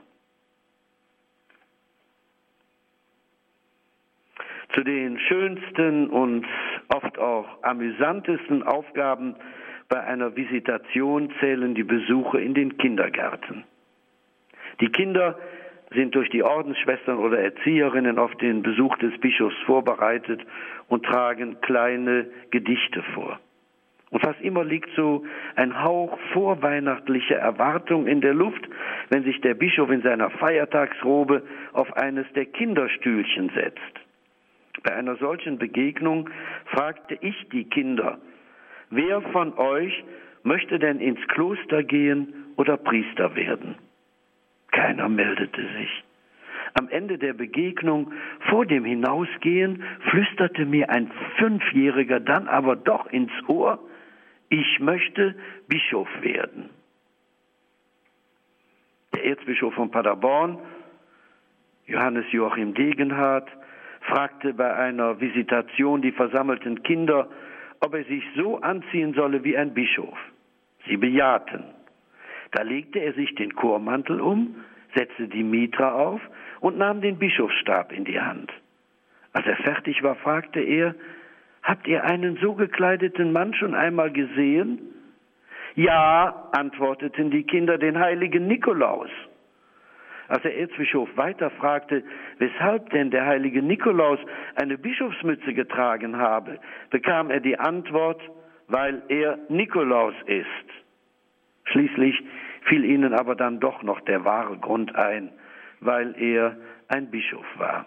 Zu den schönsten und oft auch amüsantesten Aufgaben bei einer Visitation zählen die Besuche in den Kindergärten. Die Kinder sind durch die Ordensschwestern oder Erzieherinnen auf den Besuch des Bischofs vorbereitet und tragen kleine Gedichte vor. Und fast immer liegt so ein Hauch vorweihnachtlicher Erwartung in der Luft, wenn sich der Bischof in seiner Feiertagsrobe auf eines der Kinderstühlchen setzt. Bei einer solchen Begegnung fragte ich die Kinder: Wer von euch möchte denn ins Kloster gehen oder Priester werden? Keiner meldete sich. Am Ende der Begegnung, vor dem Hinausgehen, flüsterte mir ein Fünfjähriger dann aber doch ins Ohr: Ich möchte Bischof werden. Der Erzbischof von Paderborn, Johannes Joachim Degenhardt, fragte bei einer Visitation die versammelten Kinder, ob er sich so anziehen solle wie ein Bischof. Sie bejahten. Da legte er sich den Chormantel um, setzte die Mitra auf und nahm den Bischofsstab in die Hand. Als er fertig war, fragte er, »Habt ihr einen so gekleideten Mann schon einmal gesehen?« »Ja«, antworteten die Kinder, »den heiligen Nikolaus.« Als der Erzbischof weiter fragte, weshalb denn der heilige Nikolaus eine Bischofsmütze getragen habe, bekam er die Antwort, weil er Nikolaus ist. Schließlich fiel ihnen aber dann doch noch der wahre Grund ein, weil er ein Bischof war.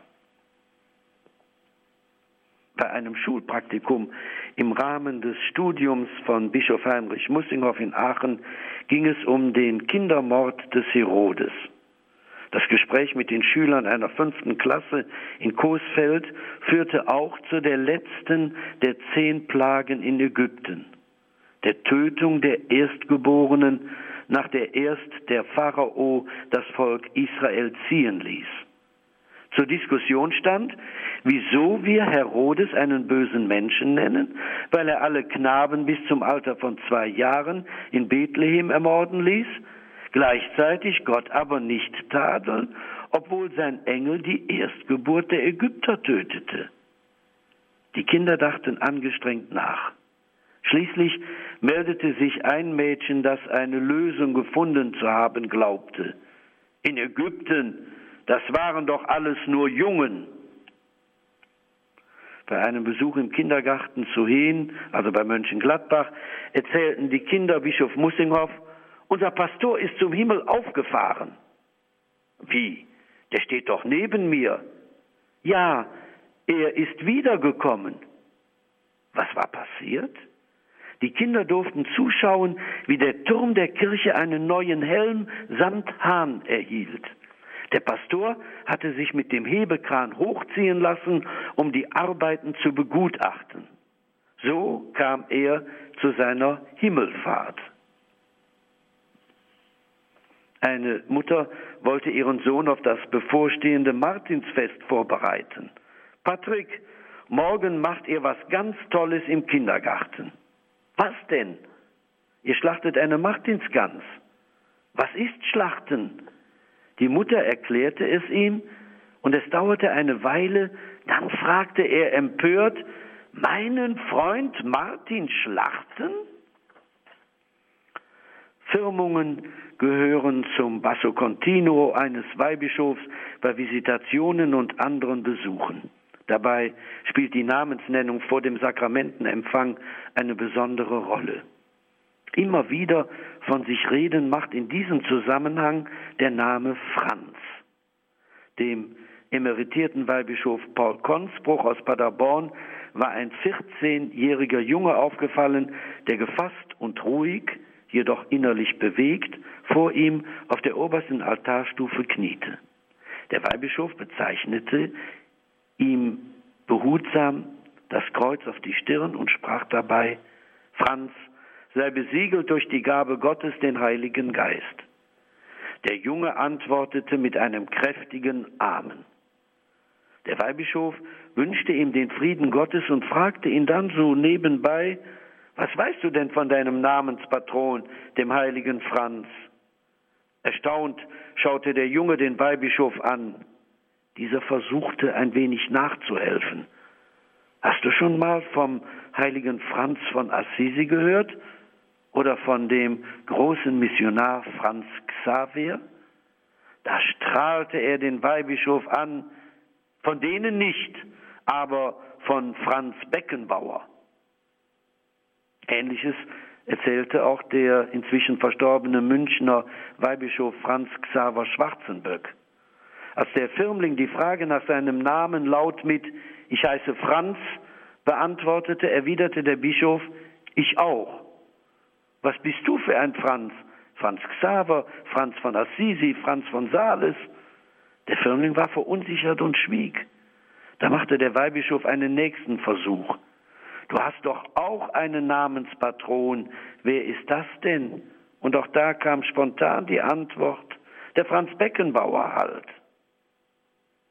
Bei einem Schulpraktikum im Rahmen des Studiums von Bischof Heinrich Mussinghoff in Aachen ging es um den Kindermord des Herodes. Das Gespräch mit den Schülern einer fünften Klasse in Coesfeld führte auch zu der letzten der zehn Plagen in Ägypten, der Tötung der Erstgeborenen, nach der erst der Pharao das Volk Israel ziehen ließ. Zur Diskussion stand, wieso wir Herodes einen bösen Menschen nennen, weil er alle Knaben bis zum Alter von zwei Jahren in Bethlehem ermorden ließ, gleichzeitig Gott aber nicht tadeln, obwohl sein Engel die Erstgeburt der Ägypter tötete. Die Kinder dachten angestrengt nach. Schließlich meldete sich ein Mädchen, das eine Lösung gefunden zu haben glaubte. In Ägypten, das waren doch alles nur Jungen. Bei einem Besuch im Kindergarten zu Hehn, also bei Mönchengladbach, erzählten die Kinder Bischof Mussinghoff, unser Pastor ist zum Himmel aufgefahren. Wie? Der steht doch neben mir. Ja, er ist wiedergekommen. Was war passiert? Die Kinder durften zuschauen, wie der Turm der Kirche einen neuen Helm samt Hahn erhielt. Der Pastor hatte sich mit dem Hebekran hochziehen lassen, um die Arbeiten zu begutachten. So kam er zu seiner Himmelfahrt. Eine Mutter wollte ihren Sohn auf das bevorstehende Martinsfest vorbereiten. Patrick, morgen macht ihr was ganz Tolles im Kindergarten. Was denn? Ihr schlachtet eine Martinsgans. Was ist Schlachten? Die Mutter erklärte es ihm und es dauerte eine Weile, dann fragte er empört, meinen Freund Martin schlachten? Firmungen gehören zum Basso Continuo eines Weihbischofs bei Visitationen und anderen Besuchen. Dabei spielt die Namensnennung vor dem Sakramentenempfang eine besondere Rolle. Immer wieder von sich reden macht in diesem Zusammenhang der Name Franz. Dem emeritierten Weihbischof Paul Consbruch aus Paderborn war ein vierzehnjähriger Junge aufgefallen, der gefasst und ruhig, jedoch innerlich bewegt, vor ihm auf der obersten Altarstufe kniete. Der Weihbischof bezeichnete ihm behutsam das Kreuz auf die Stirn und sprach dabei, Franz, sei besiegelt durch die Gabe Gottes, den Heiligen Geist. Der Junge antwortete mit einem kräftigen Amen. Der Weihbischof wünschte ihm den Frieden Gottes und fragte ihn dann so nebenbei, was weißt du denn von deinem Namenspatron, dem heiligen Franz? Erstaunt schaute der Junge den Weihbischof an. Dieser versuchte ein wenig nachzuhelfen. Hast du schon mal vom heiligen Franz von Assisi gehört? Oder von dem großen Missionar Franz Xaver? Da strahlte er den Weihbischof an, von denen nicht, aber von Franz Beckenbauer. Ähnliches erzählte auch der inzwischen verstorbene Münchner Weihbischof Franz Xaver Schwarzenböck. Als der Firmling die Frage nach seinem Namen laut mit »Ich heiße Franz« beantwortete, erwiderte der Bischof, »Ich auch. Was bist du für ein Franz? Franz Xaver, Franz von Assisi, Franz von Sales?« Der Firmling war verunsichert und schwieg. Da machte der Weihbischof einen nächsten Versuch. »Du hast doch auch einen Namenspatron. Wer ist das denn?« Und auch da kam spontan die Antwort, der Franz Beckenbauer halt.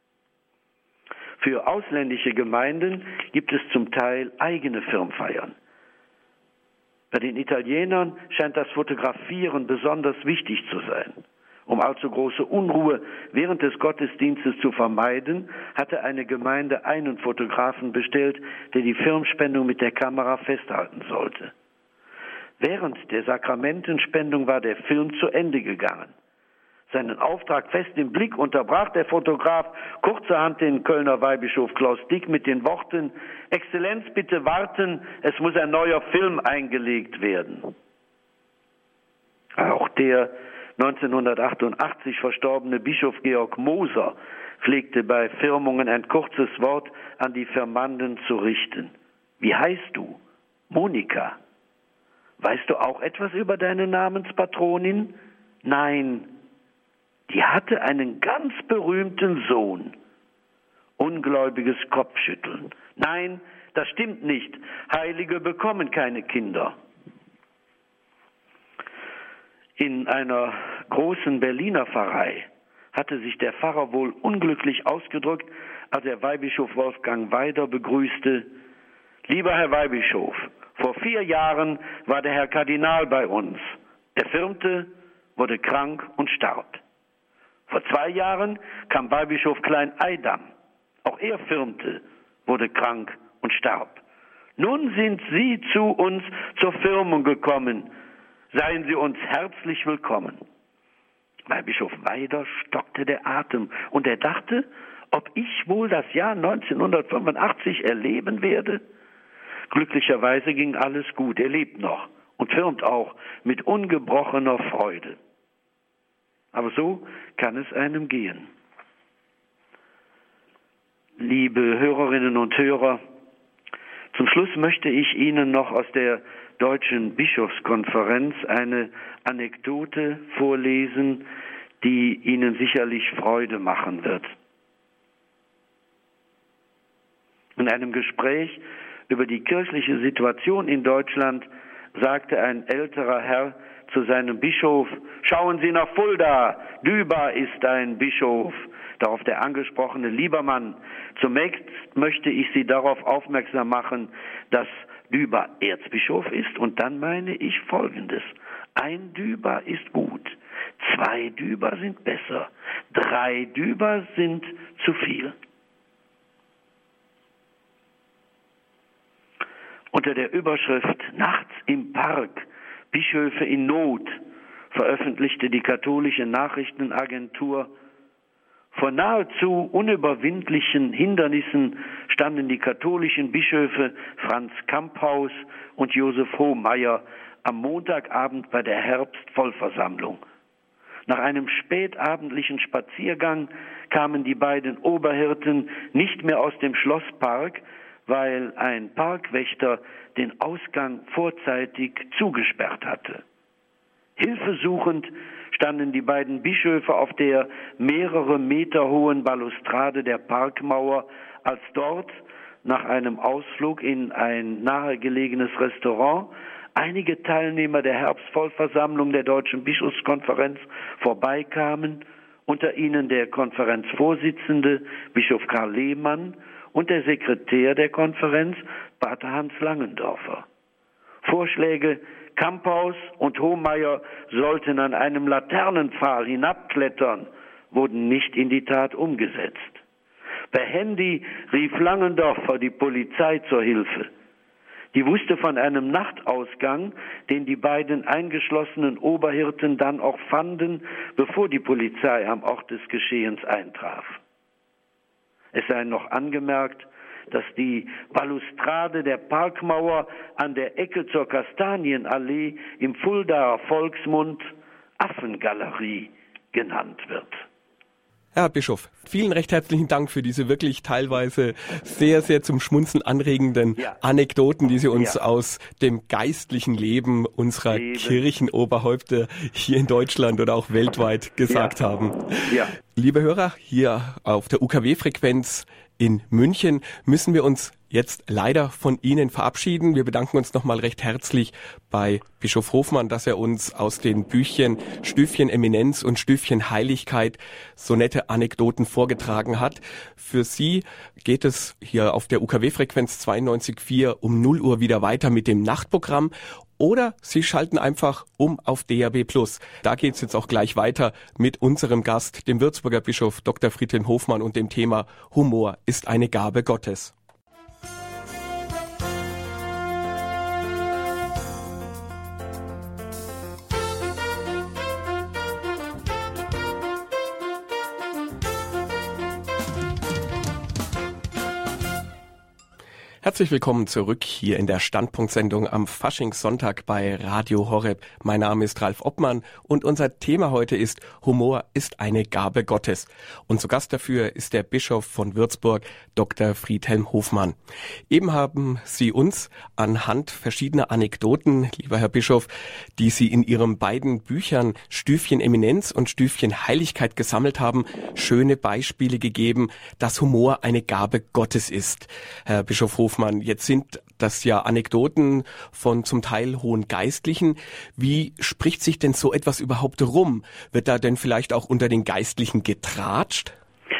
Für ausländische Gemeinden gibt es zum Teil eigene Firmfeiern. Bei den Italienern scheint das Fotografieren besonders wichtig zu sein. Um allzu große Unruhe während des Gottesdienstes zu vermeiden, hatte eine Gemeinde einen Fotografen bestellt, der die Firmspendung mit der Kamera festhalten sollte. Während der Sakramentenspendung war der Film zu Ende gegangen. Seinen Auftrag fest im Blick unterbrach der Fotograf kurzerhand den Kölner Weihbischof Klaus Dick mit den Worten: Exzellenz, bitte warten, es muss ein neuer Film eingelegt werden. Auch der neunzehnhundertachtundachtzig verstorbene Bischof Georg Moser pflegte bei Firmungen ein kurzes Wort an die Firmanden zu richten. Wie heißt du? Monika. Weißt du auch etwas über deine Namenspatronin? Nein. Die hatte einen ganz berühmten Sohn. Ungläubiges Kopfschütteln. Nein, das stimmt nicht. Heilige bekommen keine Kinder. In einer großen Berliner Pfarrei hatte sich der Pfarrer wohl unglücklich ausgedrückt, als er Weihbischof Wolfgang Weider begrüßte. Lieber Herr Weihbischof, vor vier Jahren war der Herr Kardinal bei uns. Er firmte, wurde krank und starb. Vor zwei Jahren kam Weihbischof Klein-Eidam. Auch er firmte, wurde krank und starb. Nun sind Sie zu uns zur Firmung gekommen. Seien Sie uns herzlich willkommen. Weihbischof Weider stockte der Atem und er dachte, ob ich wohl das Jahr neunzehnhundertfünfundachtzig erleben werde. Glücklicherweise ging alles gut. Er lebt noch und firmt auch mit ungebrochener Freude. Aber so kann es einem gehen. Liebe Hörerinnen und Hörer, zum Schluss möchte ich Ihnen noch aus der Deutschen Bischofskonferenz eine Anekdote vorlesen, die Ihnen sicherlich Freude machen wird. In einem Gespräch über die kirchliche Situation in Deutschland sagte ein älterer Herr zu seinem Bischof: Schauen Sie nach Fulda, Düba ist ein Bischof. Darauf der angesprochene: Lieber Mann, zunächst möchte ich Sie darauf aufmerksam machen, dass Düba Erzbischof ist, und dann meine ich Folgendes: Ein Düba ist gut, zwei Düba sind besser, drei Düba sind zu viel. Unter der Überschrift Nachts im Park, Bischöfe in Not, veröffentlichte die katholische Nachrichtenagentur: Vor nahezu unüberwindlichen Hindernissen standen die katholischen Bischöfe Franz Kamphaus und Josef Hohmeier am Montagabend bei der Herbstvollversammlung. Nach einem spätabendlichen Spaziergang kamen die beiden Oberhirten nicht mehr aus dem Schlosspark, weil ein Parkwächter den Ausgang vorzeitig zugesperrt hatte. Hilfesuchend standen die beiden Bischöfe auf der mehrere Meter hohen Balustrade der Parkmauer, als dort nach einem Ausflug in ein nahegelegenes Restaurant einige Teilnehmer der Herbstvollversammlung der Deutschen Bischofskonferenz vorbeikamen, unter ihnen der Konferenzvorsitzende Bischof Karl Lehmann und der Sekretär der Konferenz, Pater Hans Langendorfer. Vorschläge, Kamphaus und Hohmeier sollten an einem Laternenpfahl hinabklettern, wurden nicht in die Tat umgesetzt. Per Handy rief Langendorfer die Polizei zur Hilfe. Die wusste von einem Nachtausgang, den die beiden eingeschlossenen Oberhirten dann auch fanden, bevor die Polizei am Ort des Geschehens eintraf. Es sei noch angemerkt, dass die Balustrade der Parkmauer an der Ecke zur Kastanienallee im Fuldaer Volksmund Affengalerie genannt wird. Herr Bischof, vielen recht herzlichen Dank für diese wirklich teilweise sehr, sehr zum Schmunzeln anregenden ja. Anekdoten, die Sie uns ja. aus dem geistlichen Leben unserer Leben. Kirchenoberhäupter hier in Deutschland oder auch weltweit gesagt ja. haben. Ja. Liebe Hörer, hier auf der U K W-Frequenz in München müssen wir uns jetzt leider von Ihnen verabschieden. Wir bedanken uns nochmal recht herzlich bei Bischof Hofmann, dass er uns aus den Büchern Stüfchen Eminenz und Stüfchen Heiligkeit so nette Anekdoten vorgetragen hat. Für Sie geht es hier auf der U K W-Frequenz zweiundneunzig Komma vier um null Uhr wieder weiter mit dem Nachtprogramm. Oder Sie schalten einfach um auf D A B Plus. Da geht's jetzt auch gleich weiter mit unserem Gast, dem Würzburger Bischof Doktor Friedhelm Hofmann und dem Thema Humor ist eine Gabe Gottes. Herzlich willkommen zurück hier in der Standpunktsendung am Faschingssonntag bei Radio Horeb. Mein Name ist Ralf Obmann und unser Thema heute ist Humor ist eine Gabe Gottes. Und zu Gast dafür ist der Bischof von Würzburg, Doktor Friedhelm Hofmann. Eben haben Sie uns anhand verschiedener Anekdoten, lieber Herr Bischof, die Sie in Ihren beiden Büchern Stüfchen Eminenz und Stüfchen Heiligkeit gesammelt haben, schöne Beispiele gegeben, dass Humor eine Gabe Gottes ist. Herr Bischof Hofmann, jetzt sind das ja Anekdoten von zum Teil hohen Geistlichen. Wie spricht sich denn so etwas überhaupt rum? Wird da denn vielleicht auch unter den Geistlichen getratscht?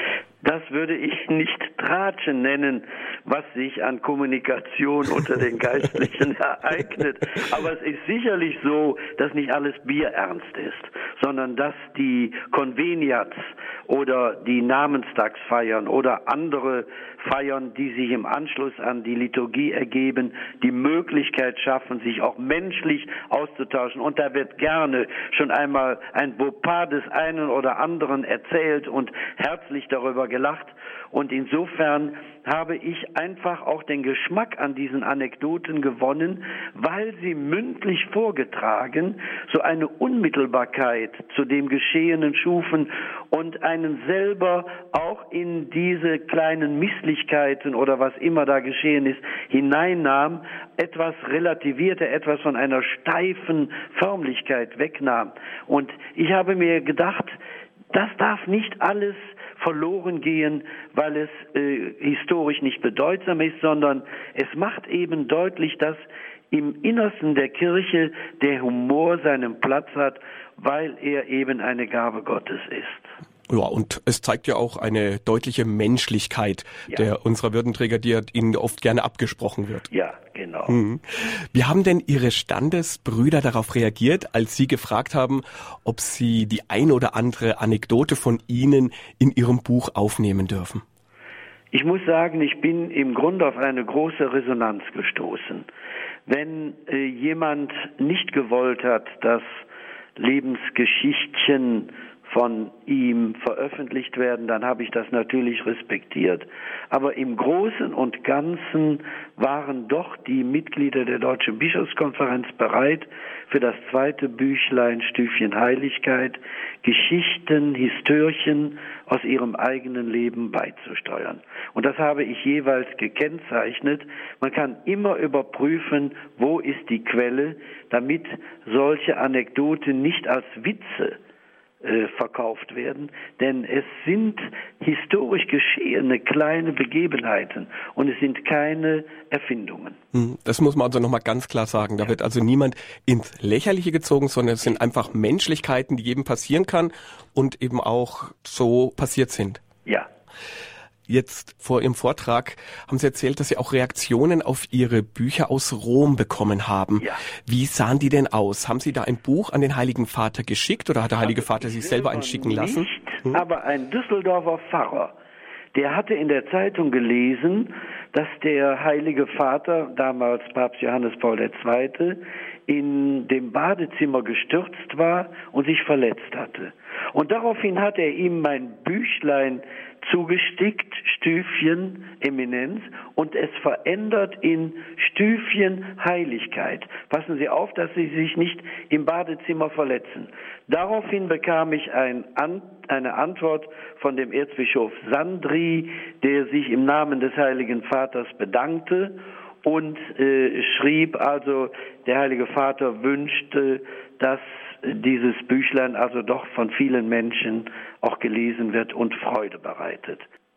Das würde ich nicht Tratschen nennen, was sich an Kommunikation unter den Geistlichen ereignet. Aber es ist sicherlich so, dass nicht alles bierernst ist, sondern dass die Konveniats oder die Namenstagsfeiern oder andere Feiern, die sich im Anschluss an die Liturgie ergeben, die Möglichkeit schaffen, sich auch menschlich auszutauschen. Und da wird gerne schon einmal ein Fauxpas des einen oder anderen erzählt und herzlich darüber gelacht. Und insofern habe ich einfach auch den Geschmack an diesen Anekdoten gewonnen, weil sie mündlich vorgetragen so eine Unmittelbarkeit zu dem Geschehenen schufen und einen selber auch in diese kleinen Misslichkeiten oder was immer da geschehen ist, hineinnahm, etwas relativierte, etwas von einer steifen Förmlichkeit wegnahm. Und ich habe mir gedacht, das darf nicht alles verloren gehen, weil es äh, historisch nicht bedeutsam ist, sondern es macht eben deutlich, dass im Innersten der Kirche der Humor seinen Platz hat, weil er eben eine Gabe Gottes ist. Ja, und es zeigt ja auch eine deutliche Menschlichkeit ja. der unserer Würdenträger, die ja Ihnen oft gerne abgesprochen wird. Ja, genau. Mhm. Wie haben denn Ihre Standesbrüder darauf reagiert, als Sie gefragt haben, ob Sie die ein oder andere Anekdote von Ihnen in Ihrem Buch aufnehmen dürfen? Ich muss sagen, ich bin im Grunde auf eine große Resonanz gestoßen. Wenn äh, jemand nicht gewollt hat, dass Lebensgeschichtchen von ihm veröffentlicht werden, dann habe ich das natürlich respektiert. Aber im Großen und Ganzen waren doch die Mitglieder der Deutschen Bischofskonferenz bereit, für das zweite Büchlein Stüfchen Heiligkeit Geschichten, Histörchen aus ihrem eigenen Leben beizusteuern. Und das habe ich jeweils gekennzeichnet. Man kann immer überprüfen, wo ist die Quelle, damit solche Anekdoten nicht als Witze Äh, verkauft werden, denn es sind historisch geschehene kleine Begebenheiten und es sind keine Erfindungen. Das muss man also nochmal ganz klar sagen. Da wird also niemand ins Lächerliche gezogen, sondern es sind einfach Menschlichkeiten, die jedem passieren kann und eben auch so passiert sind. Ja. Jetzt vor Ihrem Vortrag haben Sie erzählt, dass Sie auch Reaktionen auf Ihre Bücher aus Rom bekommen haben. Ja. Wie sahen die denn aus? Haben Sie da ein Buch an den Heiligen Vater geschickt oder hat der Heilige Vater sich selber eins schicken lassen? Nicht, hm? Aber ein Düsseldorfer Pfarrer, der hatte in der Zeitung gelesen, dass der Heilige Vater, damals Papst Johannes Paul der Zweite, in dem Badezimmer gestürzt war und sich verletzt hatte. Und daraufhin hat er ihm mein Büchlein zugestickt, Stüfchen Eminenz, und es verändert in Stüfchen Heiligkeit. Passen Sie auf, dass Sie sich nicht im Badezimmer verletzen. Daraufhin bekam ich ein, an, eine Antwort von dem Erzbischof Sandri, der sich im Namen des Heiligen Vaters bedankte und äh, schrieb also, der Heilige Vater wünschte, dass dieses Büchlein also doch von vielen Menschen auch gelesen wird und Freude bereitet.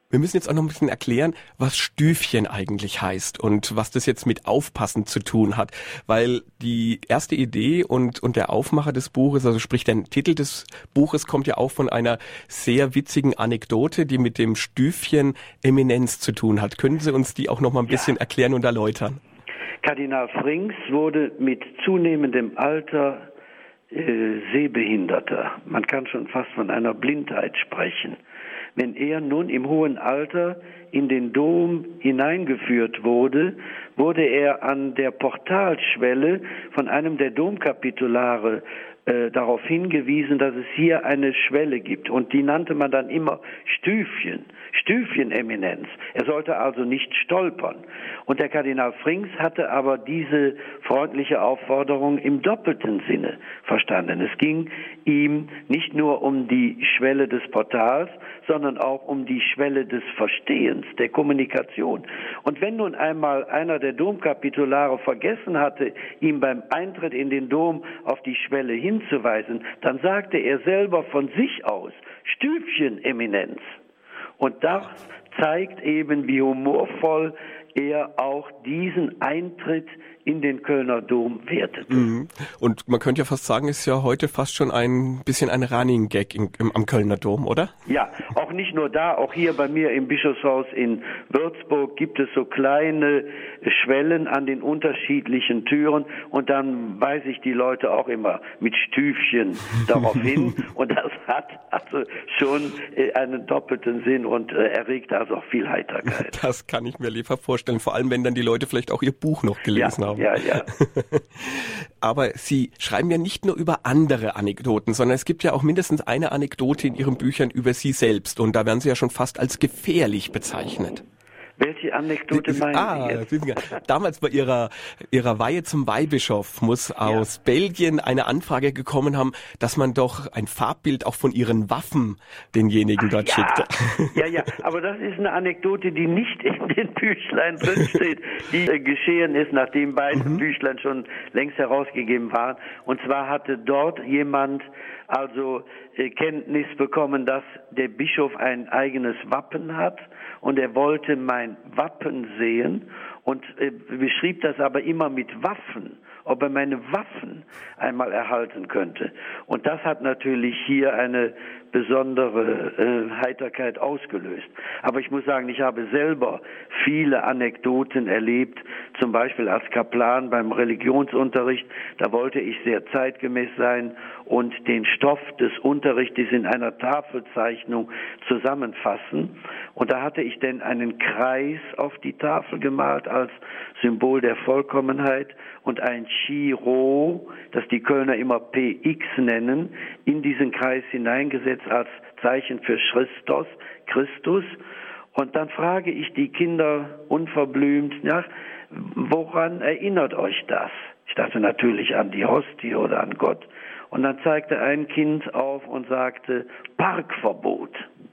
Wir müssen jetzt auch noch ein bisschen erklären, was Stüfchen eigentlich heißt und was das jetzt mit Aufpassen zu tun hat. Weil die erste Idee und, und der Aufmacher des Buches, also sprich der Titel des Buches, kommt ja auch von einer sehr witzigen Anekdote, die mit dem Stüfchen Eminenz zu tun hat. Können Sie uns die auch noch mal ein bisschen ja. erklären und erläutern? Kardinal Frings wurde mit zunehmendem Alter äh, Sehbehinderter. Man kann schon fast von einer Blindheit sprechen. Wenn er nun im hohen Alter in den Dom hineingeführt wurde, wurde er an der Portalschwelle von einem der Domkapitulare äh, darauf hingewiesen, dass es hier eine Schwelle gibt. Und die nannte man dann immer Stüfchen, Stüfchen-Eminenz. Er sollte also nicht stolpern. Und der Kardinal Frings hatte aber diese freundliche Aufforderung im doppelten Sinne verstanden. Es ging ihm nicht nur um die Schwelle des Portals, sondern auch um die Schwelle des Verstehens, der Kommunikation. Und wenn nun einmal einer der Domkapitulare vergessen hatte, ihm beim Eintritt in den Dom auf die Schwelle hinzuweisen, dann sagte er selber von sich aus, Stüfchen-Eminenz. Und das zeigt eben, wie humorvoll er auch diesen Eintritt in den Kölner Dom wertet. Mhm. Und man könnte ja fast sagen, ist ja heute fast schon ein bisschen ein Running Gag im, im, am Kölner Dom, oder? Ja, auch nicht nur da, auch hier bei mir im Bischofshaus in Würzburg gibt es so kleine Schwellen an den unterschiedlichen Türen und dann weise ich die Leute auch immer mit Stüfchen darauf hin und das hat also schon einen doppelten Sinn und erregt also auch viel Heiterkeit. Das kann ich mir lieber vorstellen, vor allem wenn dann die Leute vielleicht auch ihr Buch noch gelesen ja. haben. Ja, ja. Aber Sie schreiben ja nicht nur über andere Anekdoten, sondern es gibt ja auch mindestens eine Anekdote in Ihren Büchern über Sie selbst. Und da werden Sie ja schon fast als gefährlich bezeichnet. Welche Anekdote meinen ah, Sie jetzt? Damals bei Ihrer, Ihrer Weihe zum Weihbischof muss aus ja. Belgien eine Anfrage gekommen haben, dass man doch ein Farbbild auch von Ihren Waffen denjenigen Ach, dort ja. schickt. Ja, ja, aber das ist eine Anekdote, die nicht in den Büchlein drinsteht, die äh, geschehen ist, nachdem beide mhm. Büchlein schon längst herausgegeben waren. Und zwar hatte dort jemand also äh, Kenntnis bekommen, dass der Bischof ein eigenes Wappen hat und er wollte mein Wappen sehen und äh, beschrieb das aber immer mit Waffen, ob er meine Waffen einmal erhalten könnte. Und das hat natürlich hier eine besondere äh, Heiterkeit ausgelöst. Aber ich muss sagen, ich habe selber viele Anekdoten erlebt, zum Beispiel als Kaplan beim Religionsunterricht. Da wollte ich sehr zeitgemäß sein und den Stoff des Unterrichtes in einer Tafelzeichnung zusammenfassen. Und da hatte ich denn einen Kreis auf die Tafel gemalt als Symbol der Vollkommenheit und ein Chi-Rho, das die Kölner immer P X nennen, in diesen Kreis hineingesetzt als Zeichen für Christus, Christus. Und dann frage ich die Kinder unverblümt nach, woran erinnert euch das? Ich dachte natürlich an die Hostie oder an Gott. Und dann zeigte ein Kind auf und sagte, Parkverbot.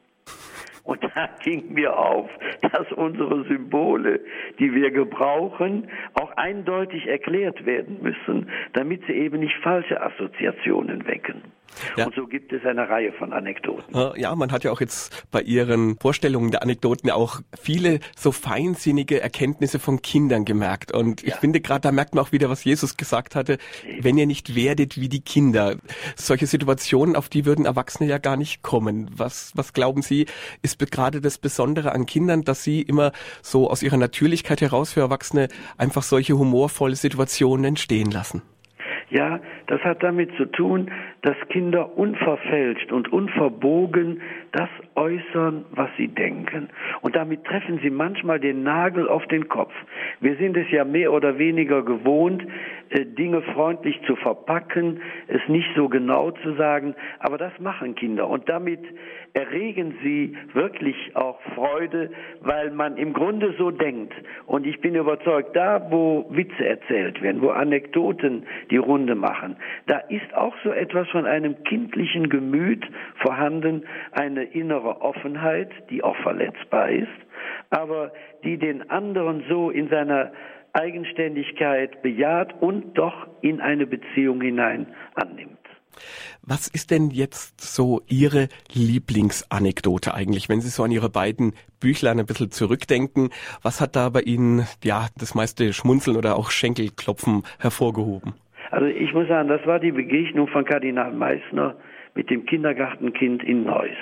Und da ging mir auf, dass unsere Symbole, die wir gebrauchen, auch eindeutig erklärt werden müssen, damit sie eben nicht falsche Assoziationen wecken. Ja. Und so gibt es eine Reihe von Anekdoten. Ja, man hat ja auch jetzt bei Ihren Vorstellungen der Anekdoten auch viele so feinsinnige Erkenntnisse von Kindern gemerkt. Und ich ja. finde gerade, da merkt man auch wieder, was Jesus gesagt hatte, wenn ihr nicht werdet wie die Kinder. Solche Situationen, auf die würden Erwachsene ja gar nicht kommen. Was, was glauben Sie, ist gerade das Besondere an Kindern, dass sie immer so aus ihrer Natürlichkeit heraus für Erwachsene einfach solche humorvolle Situationen entstehen lassen? Ja, das hat damit zu tun, dass Kinder unverfälscht und unverbogen das äußern, was sie denken. Und damit treffen sie manchmal den Nagel auf den Kopf. Wir sind es ja mehr oder weniger gewohnt, Dinge freundlich zu verpacken, es nicht so genau zu sagen, aber das machen Kinder. Und damit erregen sie wirklich auch Freude, weil man im Grunde so denkt. Und ich bin überzeugt, da wo Witze erzählt werden, wo Anekdoten die Runde machen, da ist auch so etwas von einem kindlichen Gemüt vorhanden, eine innere Offenheit, die auch verletzbar ist, aber die den anderen so in seiner Eigenständigkeit bejaht und doch in eine Beziehung hinein annimmt. Was ist denn jetzt so Ihre Lieblingsanekdote eigentlich, wenn Sie so an Ihre beiden Büchlein ein bisschen zurückdenken? Was hat da bei Ihnen ja das meiste Schmunzeln oder auch Schenkelklopfen hervorgehoben? Also ich muss sagen, das war die Begegnung von Kardinal Meissner mit dem Kindergartenkind in Neuss.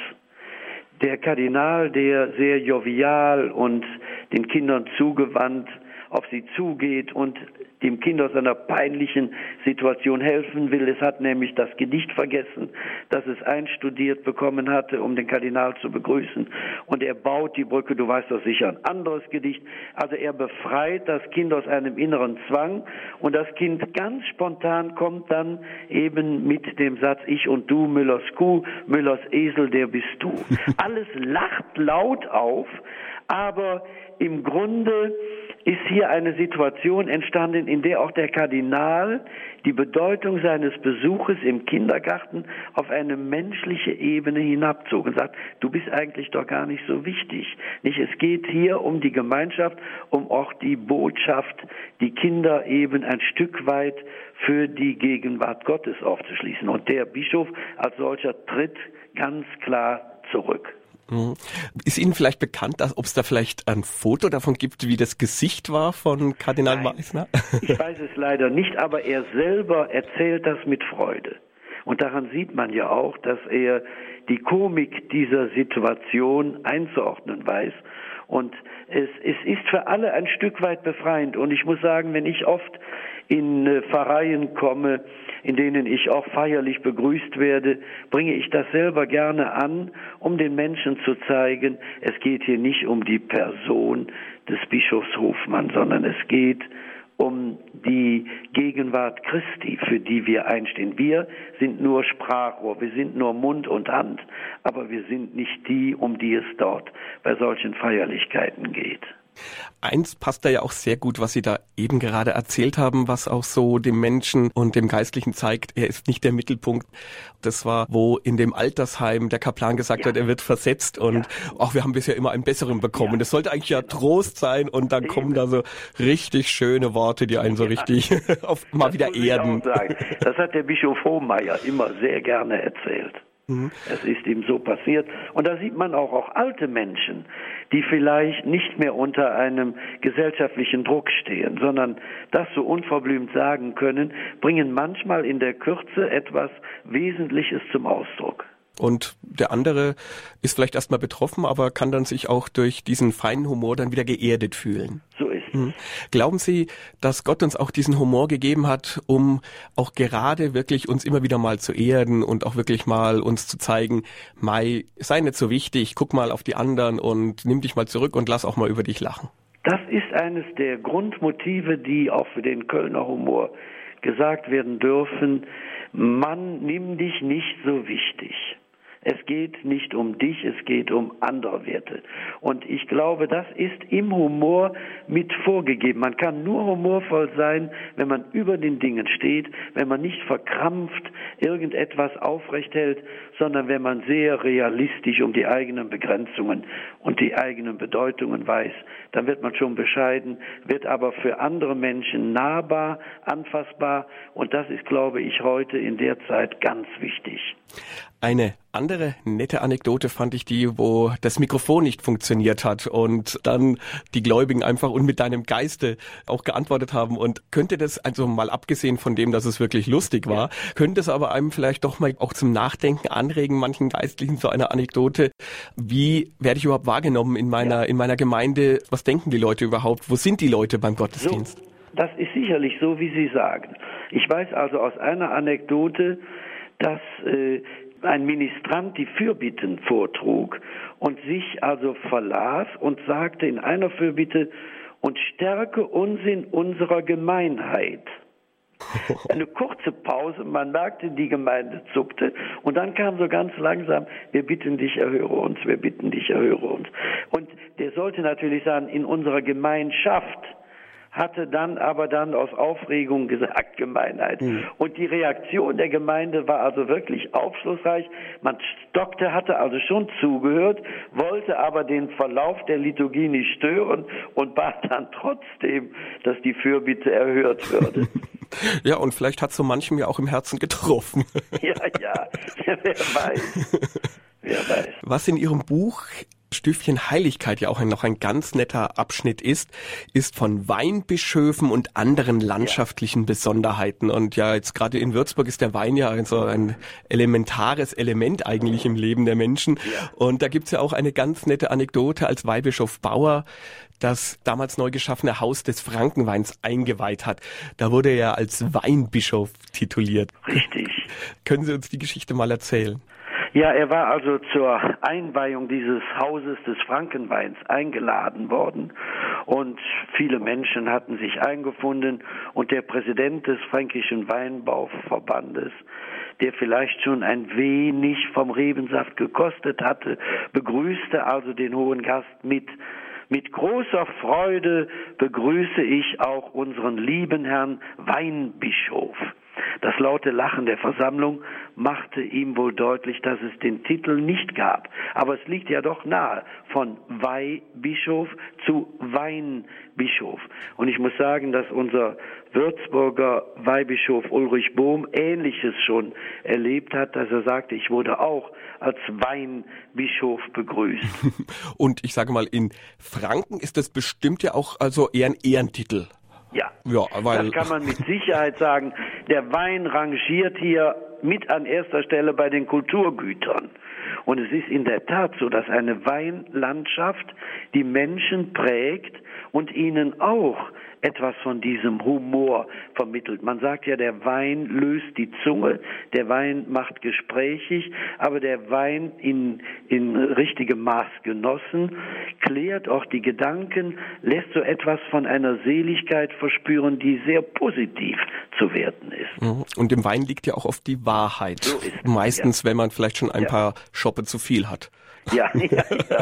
Der Kardinal, der sehr jovial und den Kindern zugewandt auf sie zugeht und dem Kind aus einer peinlichen Situation helfen will. Es hat nämlich das Gedicht vergessen, das es einstudiert bekommen hatte, um den Kardinal zu begrüßen. Und er baut die Brücke, du weißt doch sicher, ein anderes Gedicht. Also er befreit das Kind aus einem inneren Zwang und das Kind ganz spontan kommt dann eben mit dem Satz, ich und du, Müllers Kuh, Müllers Esel, der bist du. Alles lacht laut auf, aber im Grunde ist hier eine Situation entstanden, in der auch der Kardinal die Bedeutung seines Besuches im Kindergarten auf eine menschliche Ebene hinabzog und sagt, du bist eigentlich doch gar nicht so wichtig. Nicht? Es geht hier um die Gemeinschaft, um auch die Botschaft, die Kinder eben ein Stück weit für die Gegenwart Gottes aufzuschließen. Und der Bischof als solcher tritt ganz klar zurück. Ist Ihnen vielleicht bekannt, ob es da vielleicht ein Foto davon gibt, wie das Gesicht war von Kardinal Nein, Meissner? Ich weiß es leider nicht, aber er selber erzählt das mit Freude. Und daran sieht man ja auch, dass er die Komik dieser Situation einzuordnen weiß. Und es, es ist für alle ein Stück weit befreiend. Und ich muss sagen, wenn ich oft in äh, Pfarreien komme, in denen ich auch feierlich begrüßt werde, bringe ich das selber gerne an, um den Menschen zu zeigen, es geht hier nicht um die Person des Bischofs Hofmann, sondern es geht um die Gegenwart Christi, für die wir einstehen. Wir sind nur Sprachrohr, wir sind nur Mund und Hand, aber wir sind nicht die, um die es dort bei solchen Feierlichkeiten geht. Eins passt da ja auch sehr gut, was Sie da eben gerade erzählt haben, was auch so dem Menschen und dem Geistlichen zeigt, er ist nicht der Mittelpunkt. Das war, wo in dem Altersheim der Kaplan gesagt ja. hat, er wird versetzt und ja. ach, wir haben bisher immer einen besseren bekommen. Ja. Das sollte eigentlich ja Trost sein und dann Eben. kommen da so richtig schöne Worte, die einen so ja. richtig auf, mal das wieder erden. Das hat der Bischof Hohmeier immer sehr gerne erzählt. Es ist ihm so passiert. Und da sieht man auch, auch alte Menschen, die vielleicht nicht mehr unter einem gesellschaftlichen Druck stehen, sondern das so unverblümt sagen können, bringen manchmal in der Kürze etwas Wesentliches zum Ausdruck. Und der andere ist vielleicht erstmal betroffen, aber kann dann sich auch durch diesen feinen Humor dann wieder geerdet fühlen. So ist es. Mhm. Glauben Sie, dass Gott uns auch diesen Humor gegeben hat, um auch gerade wirklich uns immer wieder mal zu erden und auch wirklich mal uns zu zeigen, Mai, sei nicht so wichtig, guck mal auf die anderen und nimm dich mal zurück und lass auch mal über dich lachen? Das ist eines der Grundmotive, die auch für den Kölner Humor gesagt werden dürfen. Mann, nimm dich nicht so wichtig. Es geht nicht um dich, es geht um andere Werte. Und ich glaube, das ist im Humor mit vorgegeben. Man kann nur humorvoll sein, wenn man über den Dingen steht, wenn man nicht verkrampft irgendetwas aufrecht hält, sondern wenn man sehr realistisch um die eigenen Begrenzungen und die eigenen Bedeutungen weiß. Dann wird man schon bescheiden, wird aber für andere Menschen nahbar, anfassbar. Und das ist, glaube ich, heute in der Zeit ganz wichtig. Eine andere nette Anekdote fand ich die, wo das Mikrofon nicht funktioniert hat und dann die Gläubigen einfach und mit deinem Geiste auch geantwortet haben. Und könnte das, also mal abgesehen von dem, dass es wirklich lustig war, ja. könnte es aber einem vielleicht doch mal auch zum Nachdenken anregen, manchen Geistlichen, so eine Anekdote. Wie werde ich überhaupt wahrgenommen in meiner, ja. in meiner Gemeinde? Was denken die Leute überhaupt? Wo sind die Leute beim Gottesdienst? So, das ist sicherlich so, wie Sie sagen. Ich weiß also aus einer Anekdote, dass äh, ein Ministrant die Fürbitten vortrug und sich also verlas und sagte in einer Fürbitte, und stärke uns in unserer Gemeinheit. Eine kurze Pause, man merkte, die Gemeinde zuckte und dann kam so ganz langsam, wir bitten dich, erhöre uns, wir bitten dich, erhöre uns. Und der sollte natürlich sagen, in unserer Gemeinschaft, hatte dann aber dann aus Aufregung gesagt, Gemeinheit. Mhm. Und die Reaktion der Gemeinde war also wirklich aufschlussreich. Man stockte, hatte also schon zugehört, wollte aber den Verlauf der Liturgie nicht stören und bat dann trotzdem, dass die Fürbitte erhört würde. Ja, und vielleicht hat so manchem ja auch im Herzen getroffen. Ja, ja, wer weiß. Wer weiß. Was in Ihrem Buch Stüffchen Heiligkeit ja auch ein, noch ein ganz netter Abschnitt ist, ist von Weinbischöfen und anderen landschaftlichen ja. Besonderheiten. Und ja, jetzt gerade in Würzburg ist der Wein ja so ein elementares Element eigentlich im Leben der Menschen. Ja. Und da gibt's ja auch eine ganz nette Anekdote, als Weihbischof Bauer das damals neu geschaffene Haus des Frankenweins eingeweiht hat. Da wurde er als Weinbischof tituliert. Richtig. Können Sie uns die Geschichte mal erzählen? Ja, er war also zur Einweihung dieses Hauses des Frankenweins eingeladen worden und viele Menschen hatten sich eingefunden und der Präsident des Fränkischen Weinbauverbandes, der vielleicht schon ein wenig vom Rebensaft gekostet hatte, begrüßte also den hohen Gast mit Mit großer Freude begrüße ich auch unseren lieben Herrn Weinbischof. Das laute Lachen der Versammlung machte ihm wohl deutlich, dass es den Titel nicht gab. Aber es liegt ja doch nahe, von Weihbischof zu Weinbischof. Und ich muss sagen, dass unser Würzburger Weihbischof Ulrich Bohm Ähnliches schon erlebt hat, dass er sagte, ich wurde auch als Weinbischof begrüßt. Und ich sage mal, in Franken ist das bestimmt ja auch also eher ein Ehrentitel. Ja, ja, weil das kann man mit Sicherheit sagen. Der Wein rangiert hier mit an erster Stelle bei den Kulturgütern. Und es ist in der Tat so, dass eine Weinlandschaft die Menschen prägt und ihnen auch etwas von diesem Humor vermittelt. Man sagt ja, der Wein löst die Zunge, der Wein macht gesprächig, aber der Wein in, in richtigem Maß genossen klärt auch die Gedanken, lässt so etwas von einer Seligkeit verspüren, die sehr positiv zu werten ist. Und im Wein liegt ja auch oft die Wahrheit. So ist es, Meistens, ja. wenn man vielleicht schon ein ja. paar Schoppe zu viel hat. Ja, ja, ja.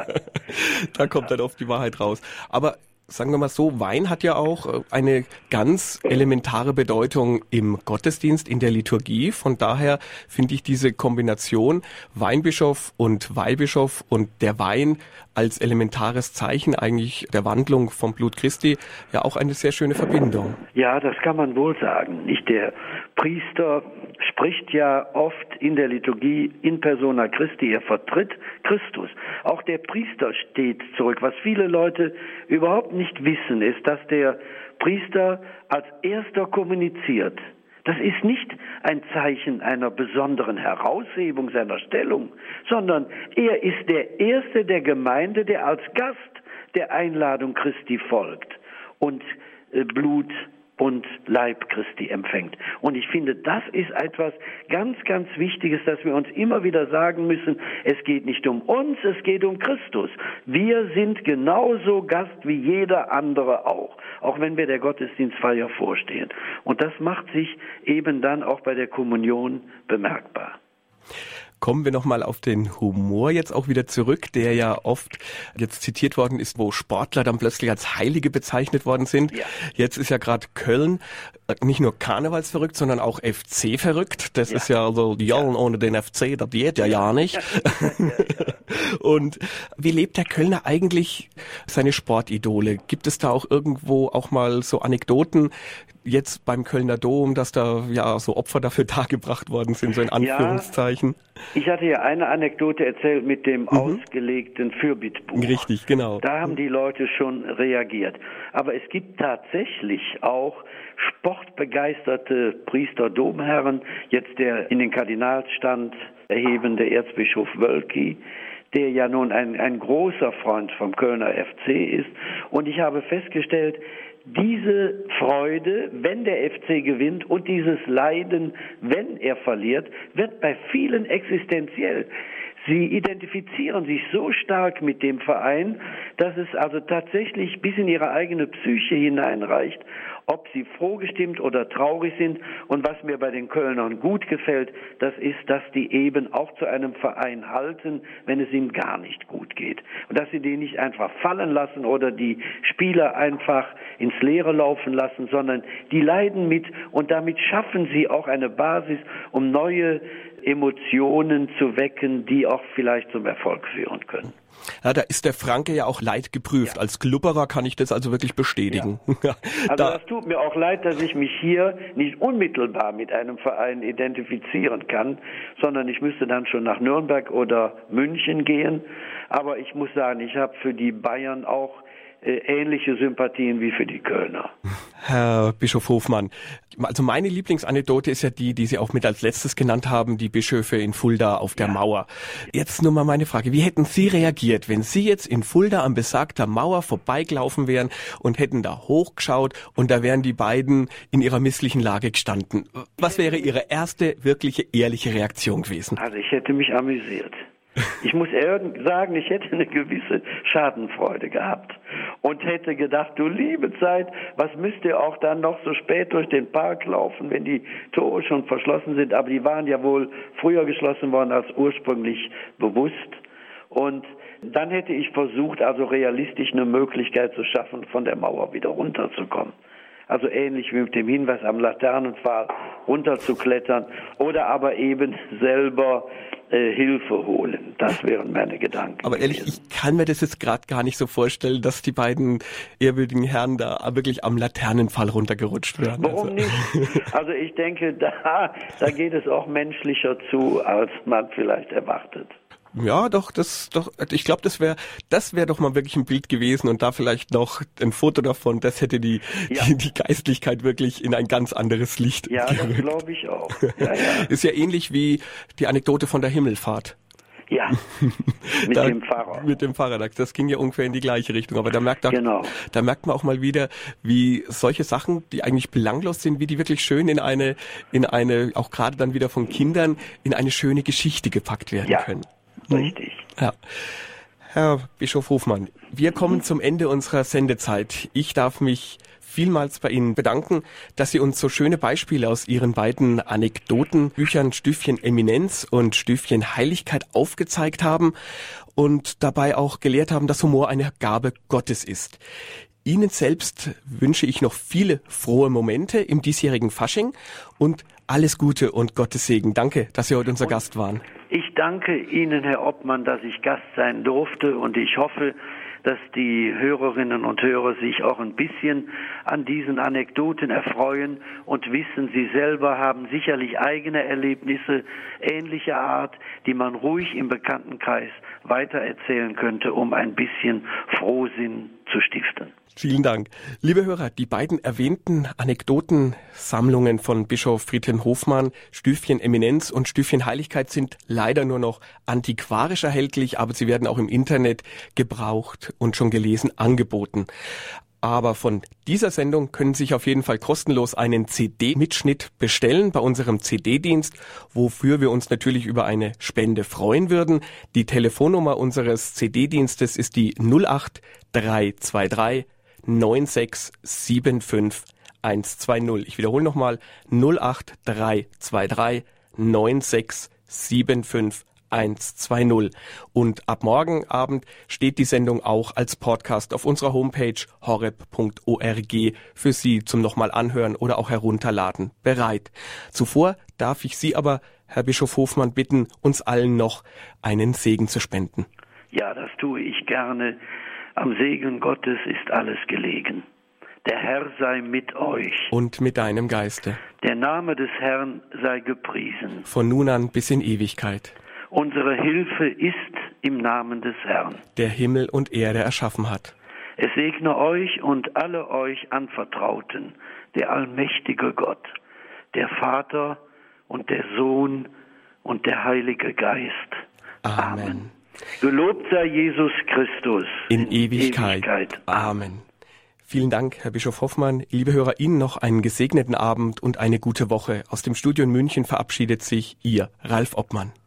Da kommt dann oft die Wahrheit raus. Aber sagen wir mal so, Wein hat ja auch eine ganz elementare Bedeutung im Gottesdienst, in der Liturgie. Von daher finde ich diese Kombination Weinbischof und Weihbischof und der Wein als elementares Zeichen eigentlich der Wandlung vom Blut Christi ja auch eine sehr schöne Verbindung. Ja, das kann man wohl sagen. Nicht der Priester spricht ja oft in der Liturgie in persona Christi, er vertritt Christus. Auch der Priester steht zurück. Was viele Leute überhaupt nicht wissen, ist, dass der Priester als erster kommuniziert. Das ist nicht ein Zeichen einer besonderen Heraushebung seiner Stellung, sondern er ist der Erste der Gemeinde, der als Gast der Einladung Christi folgt und äh, Blut und Leib Christi empfängt. Und ich finde, das ist etwas ganz, ganz Wichtiges, dass wir uns immer wieder sagen müssen, es geht nicht um uns, es geht um Christus. Wir sind genauso Gast wie jeder andere auch, auch wenn wir der Gottesdienstfeier vorstehen. Und das macht sich eben dann auch bei der Kommunion bemerkbar. Kommen wir nochmal auf den Humor jetzt auch wieder zurück, der ja oft jetzt zitiert worden ist, wo Sportler dann plötzlich als Heilige bezeichnet worden sind. Ja. Jetzt ist ja gerade Köln nicht nur Karnevalsverrückt, sondern auch F C verrückt. Das ja. ist ja also, die Jollen ja. ohne den F C, das geht ja ja nicht. Ja. Ja, ja. Und wie lebt der Kölner eigentlich seine Sportidole? Gibt es da auch irgendwo auch mal so Anekdoten, jetzt beim Kölner Dom, dass da ja so Opfer dafür dargebracht worden sind, so in Anführungszeichen? Ja, ich hatte ja eine Anekdote erzählt mit dem mhm. ausgelegten Fürbittbuch. Richtig, genau. Da haben die Leute schon reagiert. Aber es gibt tatsächlich auch sportbegeisterte Priester-Domherren, jetzt der in den Kardinalsstand erhebende Erzbischof Wölki, der ja nun ein, ein großer Freund vom Kölner F C ist. Und ich habe festgestellt, diese Freude, wenn der F C gewinnt, und dieses Leiden, wenn er verliert, wird bei vielen existenziell. Sie identifizieren sich so stark mit dem Verein, dass es also tatsächlich bis in ihre eigene Psyche hineinreicht, ob sie froh gestimmt oder traurig sind. Und was mir bei den Kölnern gut gefällt, das ist, dass die eben auch zu einem Verein halten, wenn es ihm gar nicht gut geht. Und dass sie den nicht einfach fallen lassen oder die Spieler einfach ins Leere laufen lassen, sondern die leiden mit und damit schaffen sie auch eine Basis, um neue Emotionen zu wecken, die auch vielleicht zum Erfolg führen können. Ja, da ist der Franke ja auch leidgeprüft. Ja. Als Klubberer kann ich das also wirklich bestätigen. Ja. Also da, das tut mir auch leid, dass ich mich hier nicht unmittelbar mit einem Verein identifizieren kann, sondern ich müsste dann schon nach Nürnberg oder München gehen. Aber ich muss sagen, ich habe für die Bayern auch äh, ähnliche Sympathien wie für die Kölner. Herr Bischof Hofmann, also meine Lieblingsanekdote ist ja die, die Sie auch mit als letztes genannt haben, die Bischöfe in Fulda auf der ja. Mauer. Jetzt nur mal meine Frage, wie hätten Sie reagiert, wenn Sie jetzt in Fulda an besagter Mauer vorbeigelaufen wären und hätten da hochgeschaut und da wären die beiden in ihrer misslichen Lage gestanden? Was wäre Ihre erste, wirkliche, ehrliche Reaktion gewesen? Also ich hätte mich amüsiert. Ich muss sagen, ich hätte eine gewisse Schadenfreude gehabt und hätte gedacht, du liebe Zeit, was müsst ihr auch dann noch so spät durch den Park laufen, wenn die Tore schon verschlossen sind, aber die waren ja wohl früher geschlossen worden als ursprünglich bewusst. Und dann hätte ich versucht, also realistisch eine Möglichkeit zu schaffen, von der Mauer wieder runterzukommen. Also ähnlich wie mit dem Hinweis am Laternenpfahl runterzuklettern oder aber eben selber äh, Hilfe holen. Das wären meine Gedanken. Aber ehrlich, gewesen. Ich kann mir das jetzt gerade gar nicht so vorstellen, dass die beiden ehrwürdigen Herren da wirklich am Laternenpfahl runtergerutscht werden. Warum also. nicht? Also ich denke, da, da geht es auch menschlicher zu, als man vielleicht erwartet. Ja, doch, das, doch, ich glaube, das wäre, das wäre doch mal wirklich ein Bild gewesen und da vielleicht noch ein Foto davon, das hätte die, ja. die, die Geistlichkeit wirklich in ein ganz anderes Licht Ja, gerückt. Das glaube ich auch. Ja, ja. Ist ja ähnlich wie die Anekdote von der Himmelfahrt. Ja, mit da, dem Pfarrer. Mit dem Pfarrer, das ging ja ungefähr in die gleiche Richtung. Aber da merkt, auch, genau. da merkt man auch mal wieder, wie solche Sachen, die eigentlich belanglos sind, wie die wirklich schön in eine, in eine, auch gerade dann wieder von Kindern, in eine schöne Geschichte gepackt werden ja. können. Richtig. Ja. Herr Bischof Hofmann, wir kommen zum Ende unserer Sendezeit. Ich darf mich vielmals bei Ihnen bedanken, dass Sie uns so schöne Beispiele aus Ihren beiden Anekdotenbüchern Stüffchen Eminenz und Stüffchen Heiligkeit aufgezeigt haben und dabei auch gelehrt haben, dass Humor eine Gabe Gottes ist. Ihnen selbst wünsche ich noch viele frohe Momente im diesjährigen Fasching und alles Gute und Gottes Segen. Danke, dass Sie heute unser und Gast waren. Ich danke Ihnen, Herr Obmann, dass ich Gast sein durfte und ich hoffe, dass die Hörerinnen und Hörer sich auch ein bisschen an diesen Anekdoten erfreuen und wissen, sie selber haben sicherlich eigene Erlebnisse ähnlicher Art, die man ruhig im Bekanntenkreis weitererzählen könnte, um ein bisschen Frohsinn zu stiften. Vielen Dank. Liebe Hörer, die beiden erwähnten Anekdotensammlungen von Bischof Friedhelm Hofmann, Stüffchen Eminenz und Stüffchen Heiligkeit sind leider nur noch antiquarisch erhältlich, aber sie werden auch im Internet gebraucht und schon gelesen angeboten. Aber von dieser Sendung können Sie sich auf jeden Fall kostenlos einen C D-Mitschnitt bestellen bei unserem C D-Dienst, wofür wir uns natürlich über eine Spende freuen würden. Die Telefonnummer unseres C D-Dienstes ist die null acht drei zwei drei neun sechs sieben fünf eins zwei null. Ich wiederhole nochmal null acht drei zwei drei neun sechs sieben fünf eins zwei null. Und ab morgen Abend steht die Sendung auch als Podcast auf unserer Homepage horeb punkt org für Sie zum nochmal anhören oder auch herunterladen bereit. Zuvor darf ich Sie aber, Herr Bischof Hofmann, bitten, uns allen noch einen Segen zu spenden. Ja, das tue ich gerne. Am Segen Gottes ist alles gelegen. Der Herr sei mit euch. Und mit deinem Geiste. Der Name des Herrn sei gepriesen. Von nun an bis in Ewigkeit. Unsere Hilfe ist im Namen des Herrn, der Himmel und Erde erschaffen hat. Es segne euch und alle euch Anvertrauten, der allmächtige Gott, der Vater und der Sohn und der Heilige Geist. Amen. Amen. Gelobt sei Jesus Christus in, in Ewigkeit. Ewigkeit. Amen. Vielen Dank, Herr Bischof Hoffmann. Liebe Hörer, Ihnen noch einen gesegneten Abend und eine gute Woche. Aus dem Studio in München verabschiedet sich Ihr Ralf Obmann.